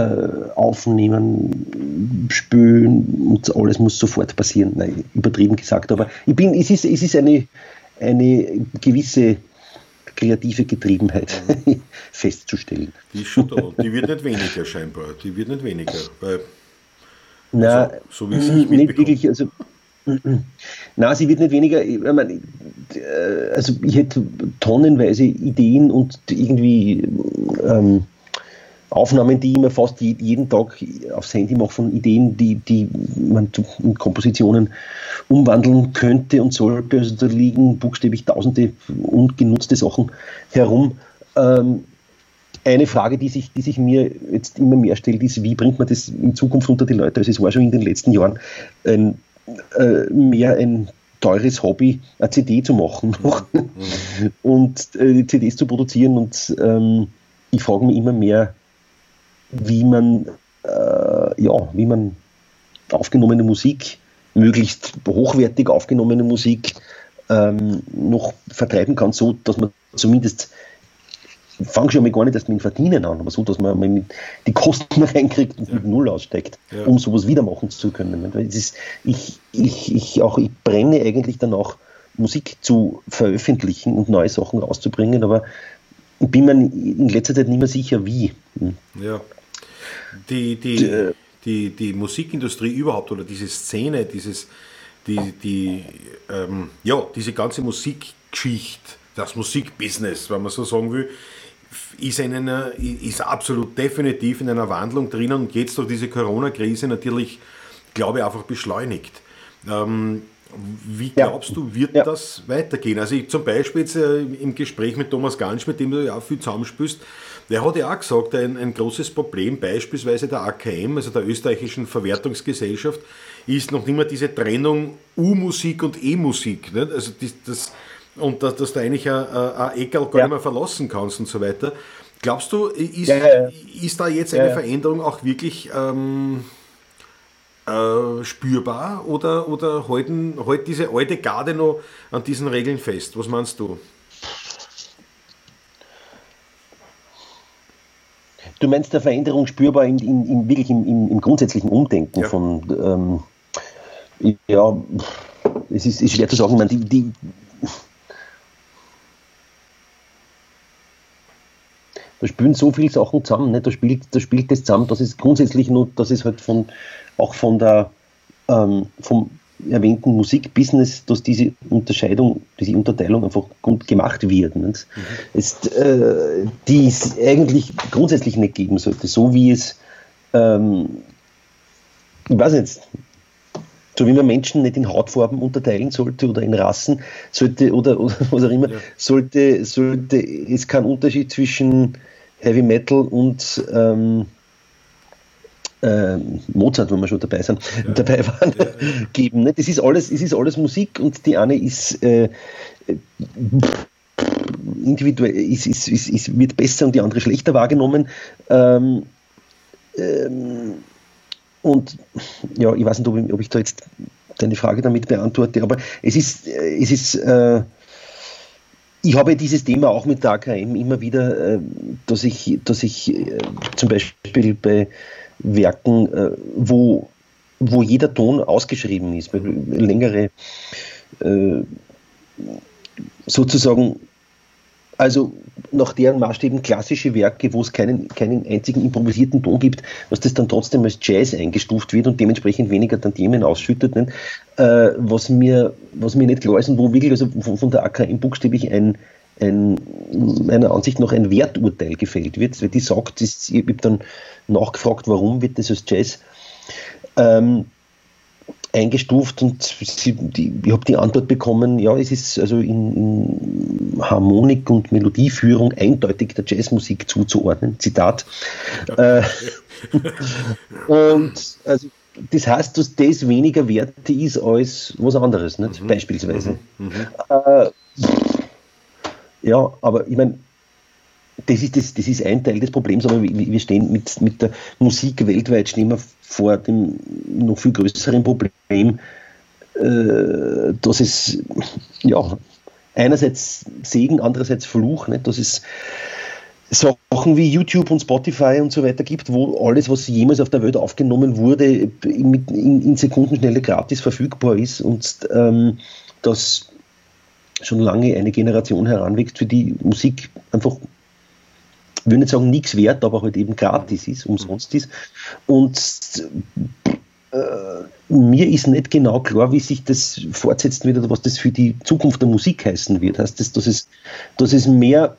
aufnehmen, spülen und alles muss sofort passieren. Nein, übertrieben gesagt, aber es ist eine gewisse kreative Getriebenheit festzustellen. Die ist schon da. Die wird nicht weniger scheinbar. Die wird nicht weniger. Weil, na, so wie es ich nicht wirklich, also na, sie wird nicht weniger. Also ich hätte tonnenweise Ideen und irgendwie Aufnahmen, die ich mir fast jeden Tag aufs Handy mache, von Ideen, die man in Kompositionen umwandeln könnte und sollte. Also da liegen buchstäblich tausende ungenutzte Sachen herum. Eine Frage, die sich mir jetzt immer mehr stellt, ist, wie bringt man das in Zukunft unter die Leute? Also es war schon in den letzten Jahren mehr ein teures Hobby, eine CD zu machen und CDs zu produzieren, und ich frage mich immer mehr, wie man aufgenommene Musik, möglichst hochwertig aufgenommene Musik noch vertreiben kann, so dass man zumindest, fang schon mal gar nicht erst mit dem Verdienen an, aber so, dass man die Kosten reinkriegt und mit Null aussteigt, um sowas wieder machen zu können. Weil ich brenne eigentlich danach, Musik zu veröffentlichen und neue Sachen rauszubringen, aber bin mir in letzter Zeit nicht mehr sicher, wie. Ja. Die Musikindustrie überhaupt oder diese Szene, diese ganze Musikgeschichte, das Musikbusiness, wenn man so sagen will, ist absolut definitiv in einer Wandlung drinnen und jetzt durch diese Corona-Krise natürlich, glaube ich, einfach beschleunigt. Wie glaubst du, wird das weitergehen? Also ich zum Beispiel jetzt im Gespräch mit Thomas Gansch, mit dem du ja auch viel zusammenspielst, der hat ja auch gesagt, ein großes Problem beispielsweise der AKM, also der österreichischen Verwertungsgesellschaft, ist noch nicht mehr diese Trennung U-Musik und E-Musik. Nicht? Also dass du eigentlich ein Eckerl gar nicht mehr verlassen kannst und so weiter. Glaubst du, ist da jetzt eine Veränderung auch wirklich spürbar oder hält diese alte Garde noch an diesen Regeln fest? Was meinst du? Du meinst eine Veränderung spürbar wirklich im grundsätzlichen Umdenken von es ist schwer zu sagen, da spielen so viele Sachen zusammen, ne? Da spielt das zusammen, dass es grundsätzlich nur, dass es halt vom erwähnten Musikbusiness, dass diese Unterteilung einfach gut gemacht wird. Die es eigentlich grundsätzlich nicht geben sollte, so wie es, ich weiß nicht, so wie man Menschen nicht in Hautfarben unterteilen sollte oder in Rassen sollte oder was auch immer, sollte es keinen Unterschied zwischen Heavy Metal und Mozart, wenn wir schon dabei waren, geben. Ne? Es ist alles Musik und die eine ist individuell, wird besser und die andere schlechter wahrgenommen. Und ja, ich weiß nicht, ob ich da jetzt deine Frage damit beantworte, aber es ist ich habe dieses Thema auch mit der AKM immer wieder, dass ich zum Beispiel bei Werken, wo jeder Ton ausgeschrieben ist, weil längere sozusagen, also nach deren Maßstäben klassische Werke, wo es keinen einzigen improvisierten Ton gibt, dass das dann trotzdem als Jazz eingestuft wird und dementsprechend weniger Tantiemen ausschüttet, ne? Was mir nicht klar ist und wo wirklich also von der AKM buchstäblich meiner Ansicht nach ein Werturteil gefällt wird, weil die sagt, ich habe dann nachgefragt, warum wird das als Jazz eingestuft und ich habe die Antwort bekommen, ja, es ist also in Harmonik und Melodieführung eindeutig der Jazzmusik zuzuordnen, Zitat. Und also das heißt, dass das weniger Werte ist als was anderes, nicht? Beispielsweise. Ja, aber ich meine, das ist ein Teil des Problems, aber wir stehen mit der Musik weltweit stehen wir vor dem noch viel größeren Problem, dass es ja einerseits Segen, andererseits Fluch, nicht? Dass es Sachen wie YouTube und Spotify und so weiter gibt, wo alles, was jemals auf der Welt aufgenommen wurde, in Sekundenschnelle gratis verfügbar ist und dass schon lange eine Generation heranwächst, für die Musik einfach, ich will nicht sagen nichts wert, aber halt eben gratis ist, umsonst ist. Und mir ist nicht genau klar, wie sich das fortsetzen wird oder was das für die Zukunft der Musik heißen wird. Heißt das, dass es mehr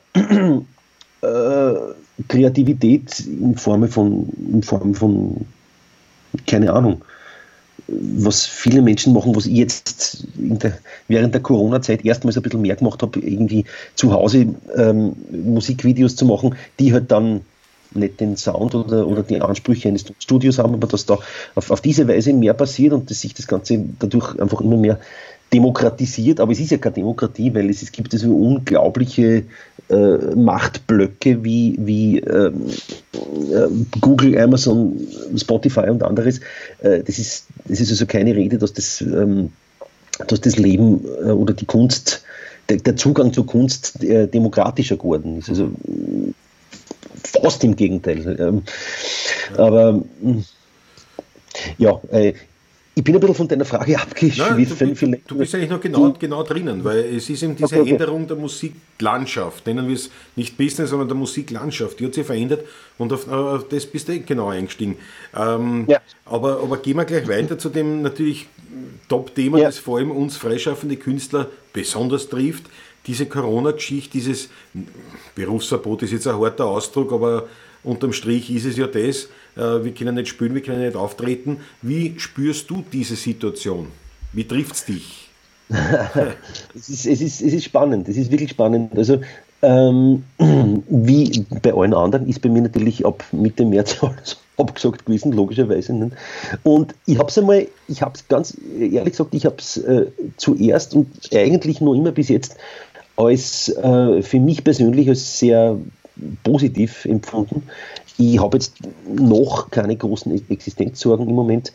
Kreativität in Form von, keine Ahnung, was viele Menschen machen, was ich jetzt während der Corona-Zeit erstmals ein bisschen mehr gemacht habe, irgendwie zu Hause Musikvideos zu machen, die halt dann nicht den Sound oder die Ansprüche eines Studios haben, aber dass da auf diese Weise mehr passiert und dass sich das Ganze dadurch einfach immer mehr demokratisiert, aber es ist ja keine Demokratie, weil es gibt so unglaubliche Machtblöcke wie Google, Amazon, Spotify und anderes. Das ist also keine Rede, dass das Leben oder die Kunst, der Zugang zur Kunst demokratischer geworden ist. Also fast im Gegenteil. Aber ja, ich bin ein bisschen von deiner Frage abgeschwiffen. Du bist eigentlich noch genau drinnen, weil es ist eben diese Änderung der Musiklandschaft, nennen wir es nicht Business, sondern der Musiklandschaft, die hat sich verändert und auf das bist du genau eingestiegen. Aber gehen wir gleich weiter zu dem natürlich Top-Thema, das vor allem uns freischaffende Künstler besonders trifft, diese Corona-Geschichte, dieses Berufsverbot ist jetzt ein harter Ausdruck, aber unterm Strich ist es ja das, wir können nicht spielen, wir können nicht auftreten. Wie spürst du diese Situation? Wie trifft es dich? Es ist spannend, es ist wirklich spannend. Also wie bei allen anderen ist bei mir natürlich ab Mitte März alles abgesagt gewesen, logischerweise. Nicht? Und ich habe es ganz ehrlich gesagt, ich habe es zuerst und eigentlich nur immer bis jetzt als für mich persönlich als sehr positiv empfunden. Ich habe jetzt noch keine großen Existenzsorgen im Moment.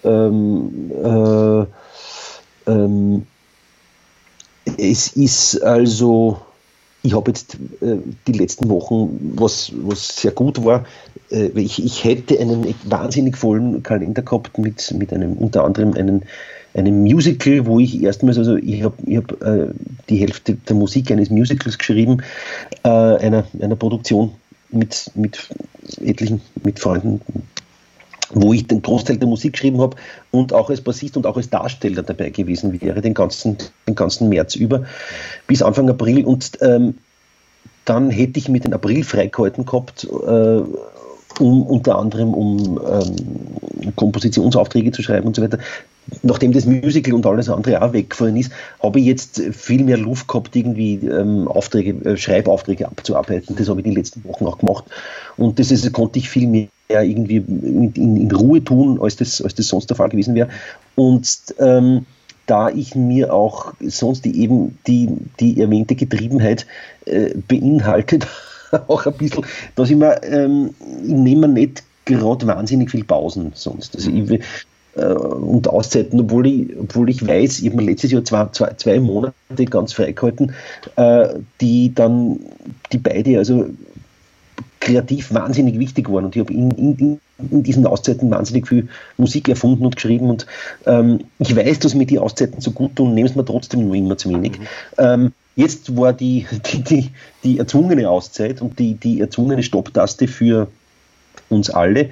Es ist also, ich habe jetzt die letzten Wochen, was sehr gut war, ich hätte einen wahnsinnig vollen Kalender gehabt mit einem, unter anderem einem Musical, wo ich erstmals, also ich hab die Hälfte der Musik eines Musicals geschrieben, einer Produktion mit Freunden, wo ich den Großteil der Musik geschrieben habe und auch als Bassist und auch als Darsteller dabei gewesen wäre, den ganzen März über, bis Anfang April. Und dann hätte ich mir den April freigehalten gehabt, unter anderem um Kompositionsaufträge zu schreiben und so weiter. Nachdem das Musical und alles andere auch weggefallen ist, habe ich jetzt viel mehr Luft gehabt, irgendwie Schreibaufträge abzuarbeiten. Das habe ich die letzten Wochen auch gemacht. Und das konnte ich viel mehr irgendwie in Ruhe tun, als das sonst der Fall gewesen wäre. Und da ich mir auch sonst die erwähnte Getriebenheit beinhaltet, auch ein bisschen, dass ich nehme mir nicht gerade wahnsinnig viel Pausen sonst. Also und Auszeiten, obwohl ich weiß, ich habe mir letztes Jahr zwei Monate ganz freigehalten, die beide also kreativ wahnsinnig wichtig waren und ich habe in diesen Auszeiten wahnsinnig viel Musik erfunden und geschrieben und ich weiß, dass mir die Auszeiten so gut tun, nehme es mir trotzdem nur immer zu wenig. Jetzt war die erzwungene Auszeit und die erzwungene Stopptaste für uns alle.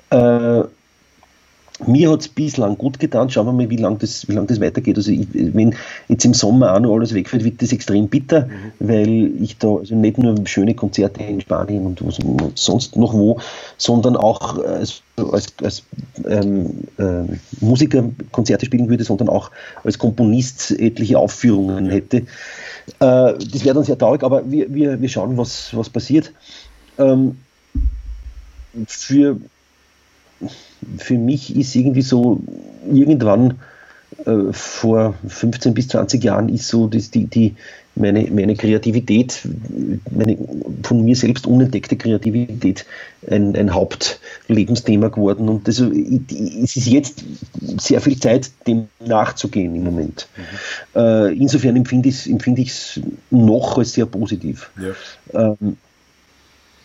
Mir hat es bislang gut getan. Schauen wir mal, wie lang das weitergeht. Also wenn jetzt im Sommer auch noch alles wegfällt, wird das extrem bitter, weil ich da also nicht nur schöne Konzerte in Spanien und sonst noch wo, sondern auch als Musiker Konzerte spielen würde, sondern auch als Komponist etliche Aufführungen hätte. Das wäre dann sehr traurig, aber wir schauen, was passiert. Für mich ist irgendwie so, irgendwann vor 15 bis 20 Jahren ist so meine Kreativität, meine von mir selbst unentdeckte Kreativität ein Hauptlebensthema geworden. Und es ist jetzt sehr viel Zeit, dem nachzugehen im Moment. Insofern empfinde ich es noch als sehr positiv. Ja.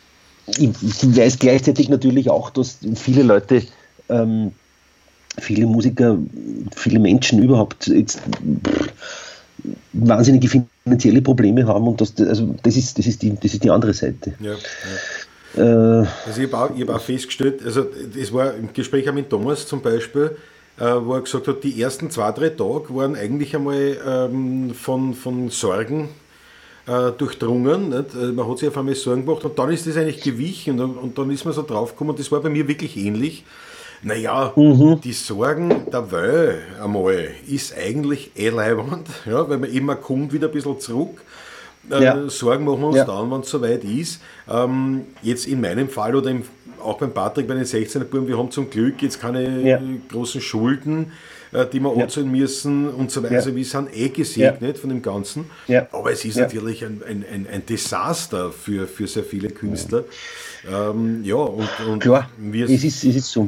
ich weiß gleichzeitig natürlich auch, dass viele Leute, viele Musiker, viele Menschen überhaupt jetzt wahnsinnige finanzielle Probleme haben und das ist die andere Seite. Ja, ja. Also ich habe auch festgestellt, also das war im Gespräch auch mit Thomas zum Beispiel, wo er gesagt hat, die ersten 2-3 Tage waren eigentlich einmal von Sorgen durchdrungen. Nicht? Man hat sich auf einmal Sorgen gemacht und dann ist das eigentlich gewichen und dann ist man so draufgekommen und das war bei mir wirklich ähnlich. Naja, die Sorgen der Welt einmal ist eigentlich leibend, ja, weil man immer kommt wieder ein bisschen zurück. Sorgen machen wir uns dann, wenn es soweit ist. Jetzt in meinem Fall oder auch beim Patrick, bei den 16er Buben, wir haben zum Glück jetzt keine großen Schulden, die wir anzahlen müssen und so weiter. Also wir sind gesegnet von dem Ganzen. Ja. Aber es ist natürlich ein Desaster für sehr viele Künstler. Und klar, es ist so.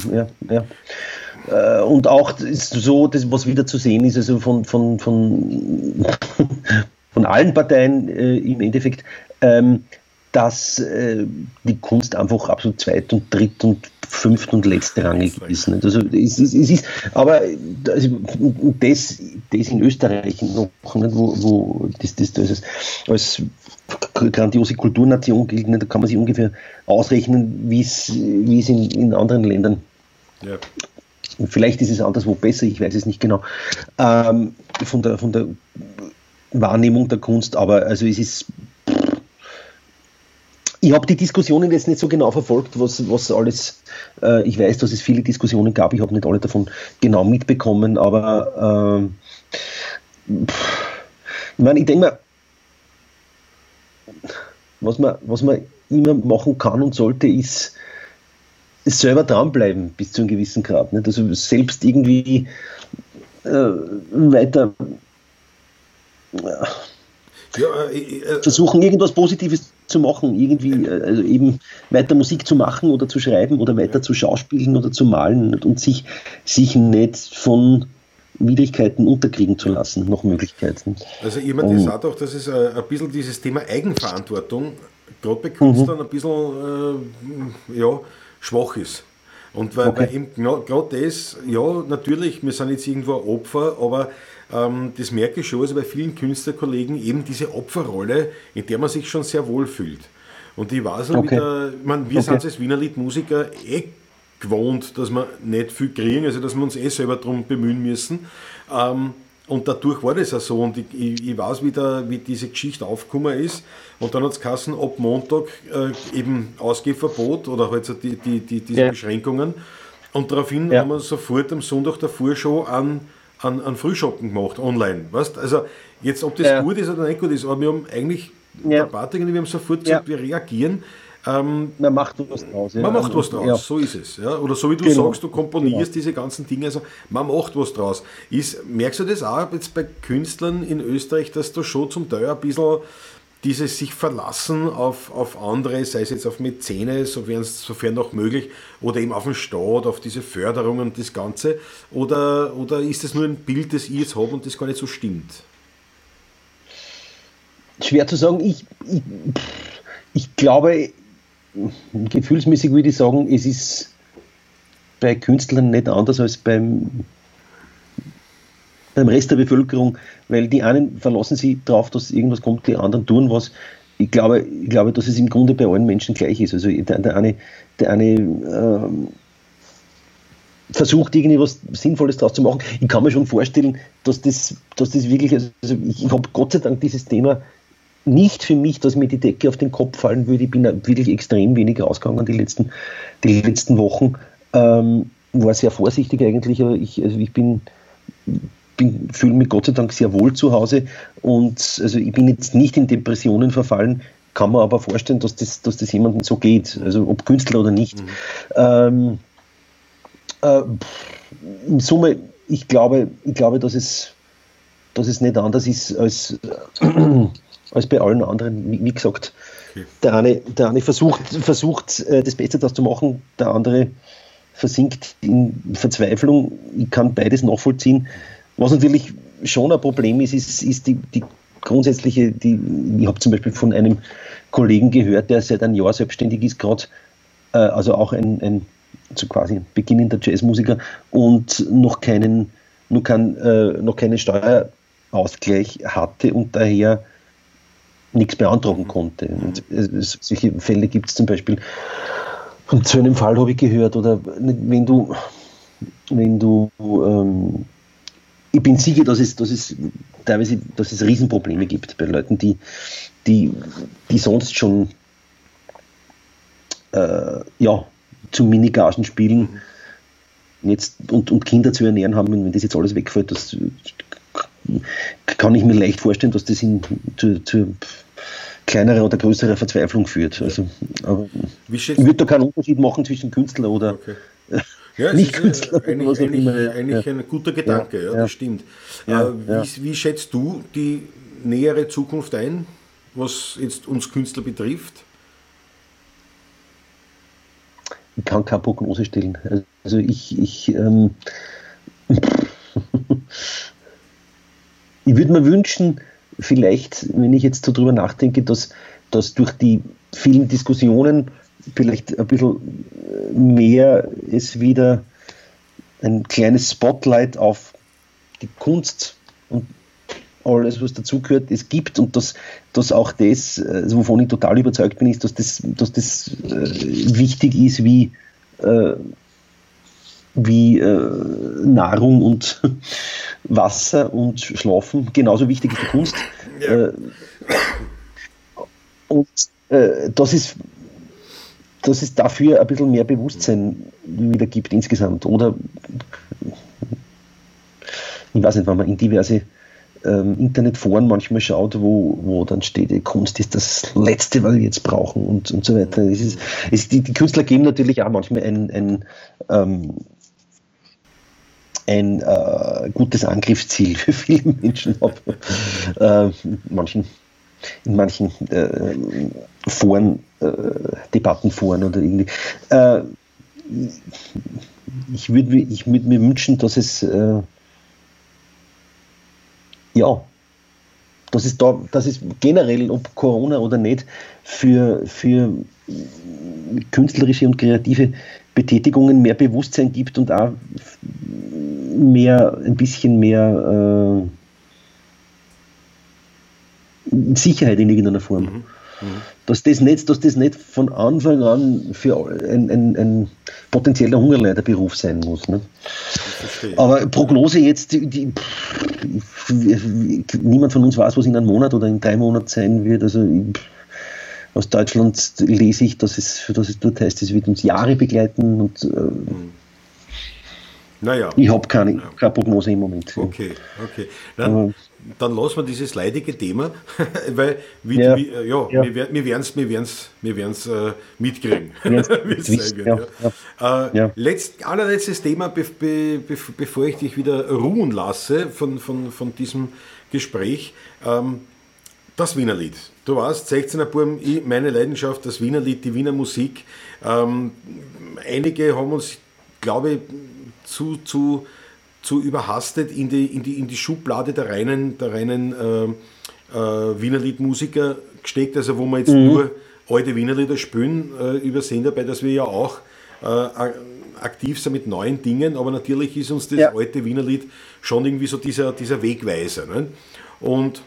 Und auch ist so, das, was wieder zu sehen ist, also von allen Parteien im Endeffekt, dass die Kunst einfach absolut zweit- und dritt- und fünft- und letzterangig ist. Nicht? Also es ist, aber also, das in Österreich noch, nicht, wo das als grandiose Kulturnation gilt, nicht? Da kann man sich ungefähr ausrechnen, wie es in anderen Ländern. Ja. Vielleicht ist es anderswo besser, ich weiß es nicht genau. Von der Wahrnehmung der Kunst, aber also es ist. Ich habe die Diskussionen jetzt nicht so genau verfolgt, was alles, ich weiß, dass es viele Diskussionen gab, ich habe nicht alle davon genau mitbekommen, aber ich meine, ich denke mal, was man immer machen kann und sollte, ist selber dranbleiben bis zu einem gewissen Grad. Nicht? Also selbst irgendwie weiter versuchen, irgendwas Positives zu machen, irgendwie also eben weiter Musik zu machen oder zu schreiben oder weiter zu schauspielen oder zu malen und sich nicht von Widrigkeiten unterkriegen zu lassen, noch Möglichkeiten. Also ich meine, das sagt auch, dass es ein bisschen dieses Thema Eigenverantwortung gerade bei Künstlern ein bisschen schwach ist. Und weil eben gerade das, ja, natürlich, wir sind jetzt irgendwo ein Opfer, aber das merke ich schon, also bei vielen Künstlerkollegen eben diese Opferrolle, in der man sich schon sehr wohl fühlt. Und ich weiß auch wieder, wir sind als Wiener Liedmusiker gewohnt, dass wir nicht viel kriegen, also dass wir uns selber darum bemühen müssen. Und dadurch war das auch so. Und ich weiß, wie diese Geschichte aufgekommen ist. Und dann hat es geheißen, ab Montag eben Ausgehverbot oder halt so diese Beschränkungen. Und daraufhin haben wir sofort am Sonntag davor schon an Frühshoppen gemacht, online. Weißt? Also jetzt, ob das gut ist oder nicht gut ist, aber wir haben eigentlich, der Patrick und wir haben sofort gesagt, wir reagieren. Man macht was draus. Man macht was draus, so ist es. Ja? Oder so wie du sagst, du komponierst diese ganzen Dinge, also man macht was draus. Merkst du das auch jetzt bei Künstlern in Österreich, dass da schon zum Teil ein bisschen dieses sich verlassen auf andere, sei es jetzt auf Mäzene, sofern noch möglich, oder eben auf den Staat, auf diese Förderung und das Ganze, oder ist das nur ein Bild, das ich jetzt habe und das gar nicht so stimmt? Schwer zu sagen. Ich glaube, gefühlsmäßig würde ich sagen, es ist bei Künstlern nicht anders als beim Rest der Bevölkerung, weil die einen verlassen sich darauf, dass irgendwas kommt, die anderen tun was. Ich glaube, dass es im Grunde bei allen Menschen gleich ist. Also der eine versucht, irgendwie was Sinnvolles daraus zu machen. Ich kann mir schon vorstellen, dass das wirklich, also ich habe Gott sei Dank dieses Thema nicht für mich, dass mir die Decke auf den Kopf fallen würde. Ich bin wirklich extrem wenig ausgegangen die letzten Wochen. War sehr vorsichtig eigentlich. Ich fühle mich Gott sei Dank sehr wohl zu Hause und also ich bin jetzt nicht in Depressionen verfallen, kann man aber vorstellen, dass das jemandem so geht, also ob Künstler oder nicht. In Summe, ich glaube, dass es nicht anders ist als bei allen anderen. Wie gesagt, der eine versucht das Beste daraus zu machen, der andere versinkt in Verzweiflung. Ich kann beides nachvollziehen. Was natürlich schon ein Problem ist die grundsätzliche, ich habe zum Beispiel von einem Kollegen gehört, der seit einem Jahr selbstständig ist, gerade, also auch ein so quasi beginnender Jazzmusiker und noch keinen Steuerausgleich hatte und daher nichts beantragen konnte. Und solche Fälle gibt es zum Beispiel. Von so einem Fall habe ich gehört, oder wenn du ich bin sicher, dass es teilweise, dass es Riesenprobleme gibt bei Leuten, die sonst schon zum Minigagen spielen jetzt und Kinder zu ernähren haben, und wenn das jetzt alles wegfällt, das kann ich mir leicht vorstellen, dass das zu kleinerer oder größerer Verzweiflung führt. Also, aber ich würde da keinen Unterschied machen zwischen Künstler oder nicht Künstler. Eigentlich ein guter Gedanke, das stimmt. Wie schätzt du die nähere Zukunft ein, was jetzt uns Künstler betrifft? Ich kann keine Prognose stellen. Also ich würde mir wünschen, vielleicht, wenn ich jetzt so drüber nachdenke, dass durch die vielen Diskussionen vielleicht ein bisschen mehr es wieder ein kleines Spotlight auf die Kunst und alles, was dazugehört, es gibt, und dass auch das, wovon ich total überzeugt bin, ist, dass das wichtig ist wie Nahrung und Wasser und Schlafen, genauso wichtig ist die Kunst. Ja. Dass es dafür ein bisschen mehr Bewusstsein wieder gibt insgesamt. Oder ich weiß nicht, wenn man in diverse Internetforen manchmal schaut, wo dann steht, Kunst ist das Letzte, was wir jetzt brauchen und so weiter. Die Künstler geben natürlich auch manchmal ein gutes Angriffsziel für viele Menschen ab. In manchen Foren, Debattenforen oder irgendwie. Ich würde mir wünschen, dass es dass es generell, ob Corona oder nicht, für künstlerische und kreative Betätigungen mehr Bewusstsein gibt und auch ein bisschen mehr Sicherheit in irgendeiner Form. Dass das nicht von Anfang an für ein potenzieller Hungerleiderberuf sein muss. Ne? Aber Prognose jetzt, niemand von uns weiß, was in einem Monat oder in 3 Monaten sein wird. Also aus Deutschland lese ich, dass es dort heißt, es wird uns Jahre begleiten. Und ich habe keine Prognose im Moment. Okay. Dann lassen wir dieses leidige Thema, weil wir werden es mitkriegen. Allerletztes Thema, bevor ich dich wieder ruhen lasse von diesem Gespräch. Das Wienerlied. Du weißt, 16er Burm, meine Leidenschaft, das Wienerlied, die Wiener Musik. Einige haben uns, glaube ich, zu überhastet in die Schublade der reinen Wienerliedmusiker gesteckt, also wo wir jetzt nur alte Wienerlieder spielen, übersehen dabei, dass wir ja auch aktiv sind mit neuen Dingen, aber natürlich ist uns das alte Wienerlied schon irgendwie so dieser Wegweiser. Ne? Und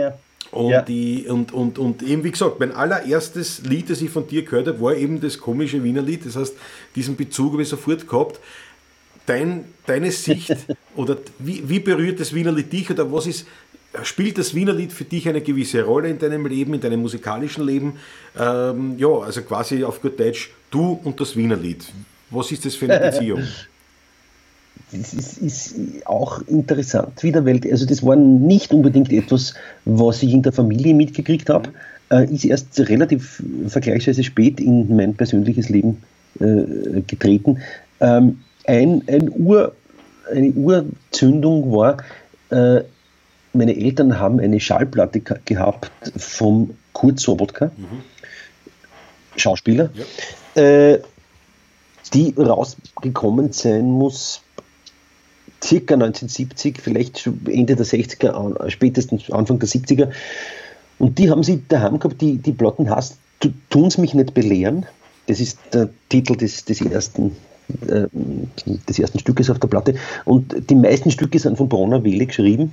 eben, wie gesagt, mein allererstes Lied, das ich von dir gehört habe, war eben das komische Wienerlied, das heißt, diesen Bezug habe ich sofort gehabt. Deine Sicht oder wie berührt das Wienerlied dich, oder spielt das Wienerlied für dich eine gewisse Rolle in deinem Leben, in deinem musikalischen Leben? Also quasi auf gut Deutsch, du und das Wienerlied. Was ist das für eine Beziehung? Das ist auch interessant wieder, weil das war nicht unbedingt etwas, was ich in der Familie mitgekriegt habe, ist erst relativ vergleichsweise spät in mein persönliches Leben getreten. Eine Urzündung war, meine Eltern haben eine Schallplatte gehabt vom Kurt Sobotka, Schauspieler, die rausgekommen sein muss circa 1970, vielleicht schon Ende der 60er, spätestens Anfang der 70er. Und die haben sie daheim gehabt, die Platten heißt Tun's mich nicht belehren. Das ist der Titel des ersten Stückes auf der Platte. Und die meisten Stücke sind von Bronner Welle geschrieben.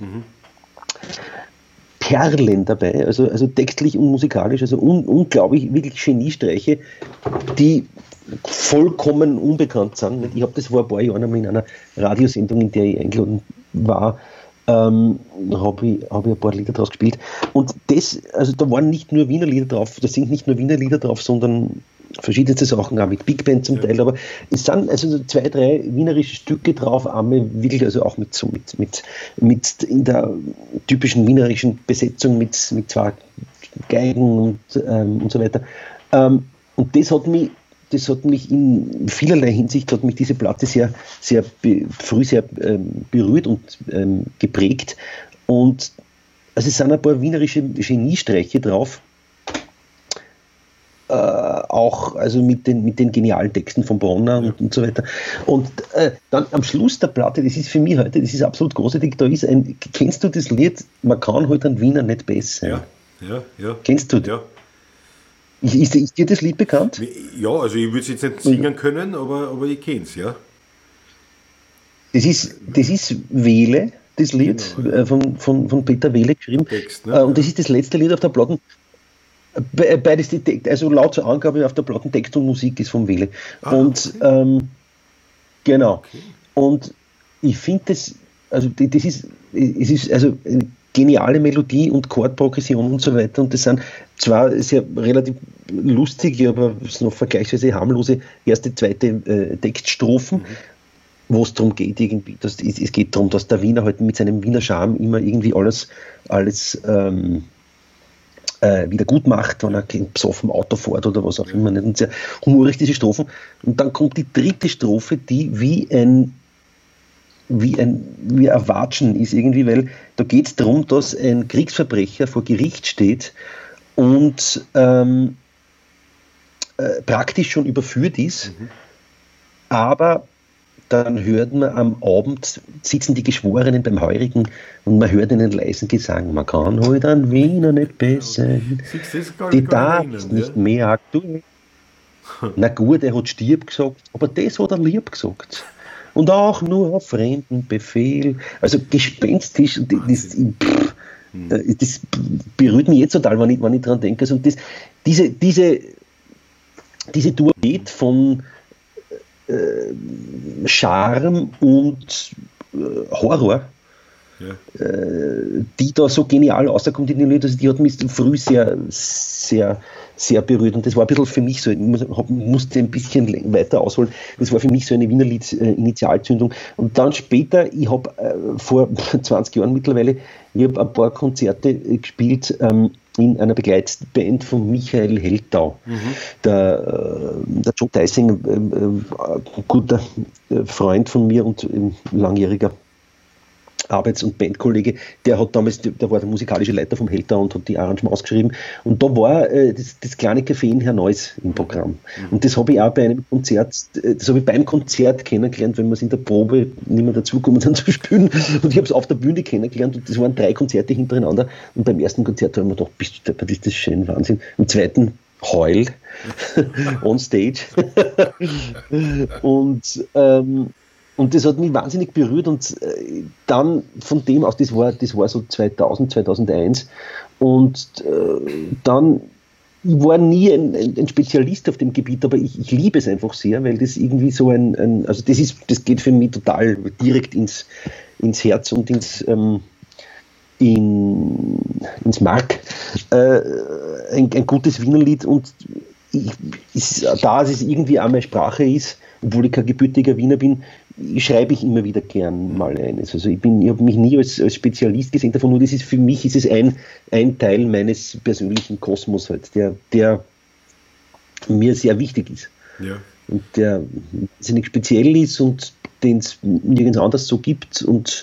Perlen dabei, also textlich und musikalisch, also unglaublich, wirklich Geniestreiche, die vollkommen unbekannt sind. Ich habe das vor ein paar Jahren einmal in einer Radiosendung, in der ich eingeladen war, habe ich ein paar Lieder draus gespielt. Und da waren nicht nur Wiener Lieder drauf, da sind nicht nur Wiener Lieder drauf, sondern verschiedenste Sachen, auch mit Big Band zum Teil, aber es sind also so 2, 3 wienerische Stücke drauf, einmal wirklich, also auch mit in der typischen wienerischen Besetzung mit 2 Geigen und so weiter. Und das hat mich in vielerlei Hinsicht, hat mich diese Platte früh sehr berührt und geprägt. Und also es sind ein paar wienerische Geniestreiche drauf, auch also mit den genialen Texten von Bronner und so weiter. Und dann am Schluss der Platte, das ist für mich heute, das ist absolut großartig, kennst du das Lied, man kann heute einen Wiener nicht besser? Ja. Kennst du das? Ja. Ist dir das Lied bekannt? Ja, also ich würde es jetzt nicht singen können, aber ich kenne es, ja. Das ist Wehle, das Lied, genau, von Peter Wehle geschrieben. Text, ne? Und das ist das letzte Lied auf der Platte. Beides, also laut zur Angabe auf der Platte, Text und Musik ist vom Wehle. Okay. Genau. Okay. Und ich finde das ist also eine geniale Melodie und Chordprogression und so weiter. Und das sind zwar sehr relativ lustige, aber noch vergleichsweise harmlose erste, zweite Textstrophen, wo es darum geht, irgendwie, es geht darum, dass der Wiener halt mit seinem Wiener Charme immer irgendwie alles wieder gut macht, wenn er besoffen Auto fährt oder was auch immer. Und sehr humorig, diese Strophen. Und dann kommt die dritte Strophe, die wie ein Watschen ist irgendwie, weil da geht es darum, dass ein Kriegsverbrecher vor Gericht steht und praktisch schon überführt ist, aber dann hört man am Abend, sitzen die Geschworenen beim Heurigen und man hört einen leisen Gesang. Man kann heute einen Wiener nicht besser. Die Tat ist nicht mehr aktuell. Na gut, er hat stirb gesagt, aber das hat er lieb gesagt. Und auch nur auf fremden Befehl. Also gespenstisch, das berührt mich jetzt total, wenn ich dran denke. Also diese Dualität von Charme und Horror, die da so genial rauskommt in den Liedern, also die hat mich früh sehr, sehr, sehr berührt. Und das war ein bisschen für mich so, ich musste ein bisschen weiter ausholen, das war für mich so eine Wiener Lied-Initialzündung. Und dann später, ich habe vor 20 Jahren mittlerweile, ich habe ein paar Konzerte gespielt in einer Begleitband von Michael Heldau. Der Joe Deising, ein guter Freund von mir und langjähriger Arbeits- und Bandkollege, der war der musikalische Leiter vom Heldau und hat die Arrangements geschrieben. Und da war das kleine Café in Herr Neuss im Programm. Und das habe ich auch beim Konzert kennengelernt, wenn man es in der Probe nicht mehr dazukommen sind zu spielen. Und ich habe es auf der Bühne kennengelernt und das waren 3 Konzerte hintereinander. Und beim ersten Konzert habe ich mir gedacht, bist du deppert, ist das schön, Wahnsinn. Im zweiten Heul on stage. Und das hat mich wahnsinnig berührt und dann von dem aus, das war so 2000, 2001 und dann, ich war nie ein Spezialist auf dem Gebiet, aber ich liebe es einfach sehr, weil das irgendwie so also das geht für mich total direkt ins Herz und ins Mark. Ein gutes Wienerlied und da es irgendwie auch meine Sprache ist, obwohl ich kein gebürtiger Wiener bin, schreibe ich immer wieder gern mal eines. Also ich habe mich nie als Spezialist gesehen davon, nur für mich ist es ein Teil meines persönlichen Kosmos halt, der mir sehr wichtig ist. Ja. Und der nicht speziell ist und den es nirgends anders so gibt und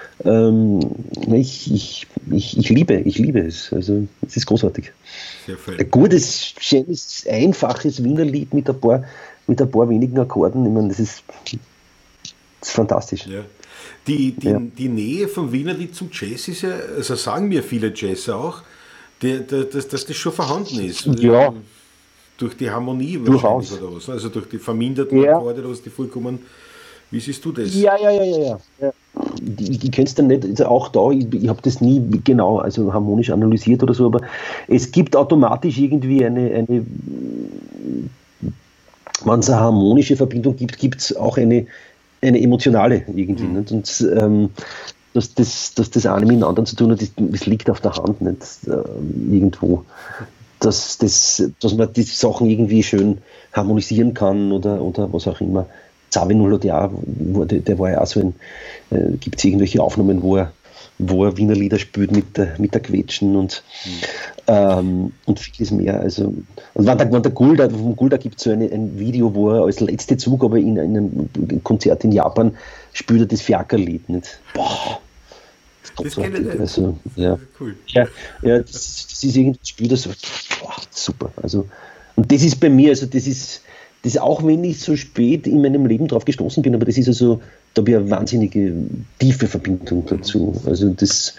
ich liebe es. Also es ist großartig. Sehr fein. Ein gutes, schönes, einfaches Wienerlied mit ein paar wenigen Akkorden. Ich meine, das ist fantastisch. Ja. Die Nähe vom Wienerlied zum Jazz ist ja, also sagen mir viele Jazzer auch, dass das schon vorhanden ist. Ja, Durch die Harmonie wahrscheinlich durchaus. oder was. Also durch die verminderten Ja, Akkorde, oder was die vollkommen. Wie siehst du das? ja. Ich kenne es dann nicht, also auch da, ich habe das nie genau, also harmonisch analysiert oder so, aber es gibt automatisch irgendwie wenn es eine harmonische Verbindung gibt, gibt es auch eine emotionale irgendwie. Nicht? Und dass das eine mit dem anderen zu tun hat, das liegt auf der Hand, nicht irgendwo. Dass man die Sachen irgendwie schön harmonisieren kann oder was auch immer. Zawinul hat ja auch, der war ja auch so gibt es irgendwelche Aufnahmen, wo er Wiener Lieder spielt mit der Quetschen und vieles mehr. Also, und wenn der Gulda, vom Gulda gibt es so ein Video, wo er als letzte Zugabe in einem Konzert in Japan spielt er das Fiakerlied. Nicht? Boah, Das kenne ich nicht. also, ja. Cool. Das ist irgendwie, spielt das so, boah, super. Also, und das ist bei mir, also das ist auch wenn ich so spät in meinem Leben drauf gestoßen bin, aber das ist also, da habe ich eine wahnsinnige tiefe Verbindung dazu. Also das,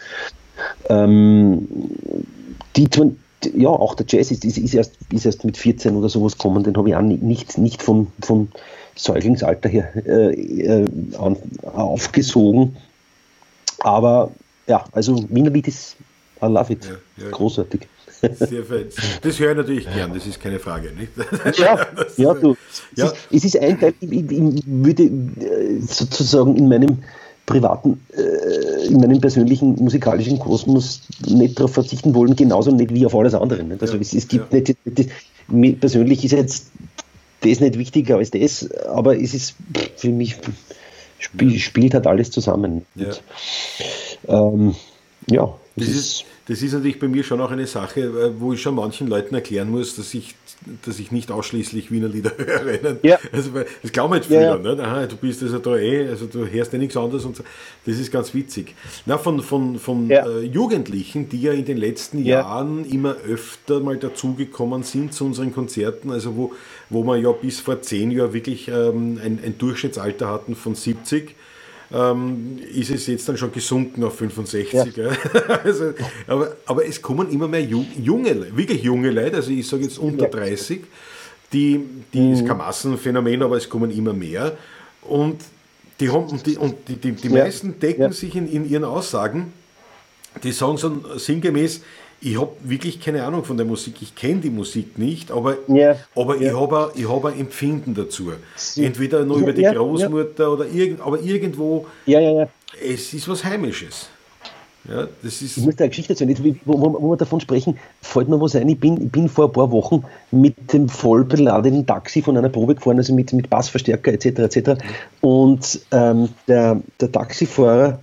ja, auch der Jazz ist erst mit 14 oder sowas gekommen, den habe ich auch nicht von Säuglingsalter her aufgesogen. Aber ja, also Wiener Lied ist, I love it, Ja. großartig. Sehr fein. Das höre ich natürlich gern, das ist keine Frage. Nicht? Ja, es ist ein Teil, ich würde sozusagen in meinem privaten, in meinem persönlichen musikalischen Kosmos nicht darauf verzichten wollen, genauso nicht wie auf alles andere. Nicht? Also es gibt nicht, mir persönlich ist jetzt das nicht wichtiger als das, aber es ist für mich, spielt halt alles zusammen. Und, Das ist natürlich bei mir schon auch eine Sache, wo ich schon manchen Leuten erklären muss, dass ich nicht ausschließlich Wiener Lieder höre. Ja. Also, das glauben halt viele, nicht? Aha, du bist also da also du hörst ja nichts anderes und so. Das ist ganz witzig. Na, von Jugendlichen, die ja in den letzten Jahren immer öfter mal dazugekommen sind zu unseren Konzerten, also wo wir ja bis vor 10 Jahren wirklich ein Durchschnittsalter hatten von 70, ist es jetzt dann schon gesunken auf 65. Ja. Also, aber es kommen immer mehr wirklich junge Leute, also ich sage jetzt unter 30, die ist kein Massenphänomen, aber es kommen immer mehr. Und die meisten decken sich in ihren Aussagen, die sagen so sinngemäß, ich habe wirklich keine Ahnung von der Musik, ich kenne die Musik nicht, aber ich habe ein Empfinden dazu. Entweder nur über die Großmutter oder aber irgendwo, es ist was Heimisches. Ja, das ist ich muss da eine Geschichte erzählen, wo wir davon sprechen, fällt mir was ein, ich bin vor ein paar Wochen mit dem voll beladenen Taxi von einer Probe gefahren, also mit Bassverstärker etc. Und der Taxifahrer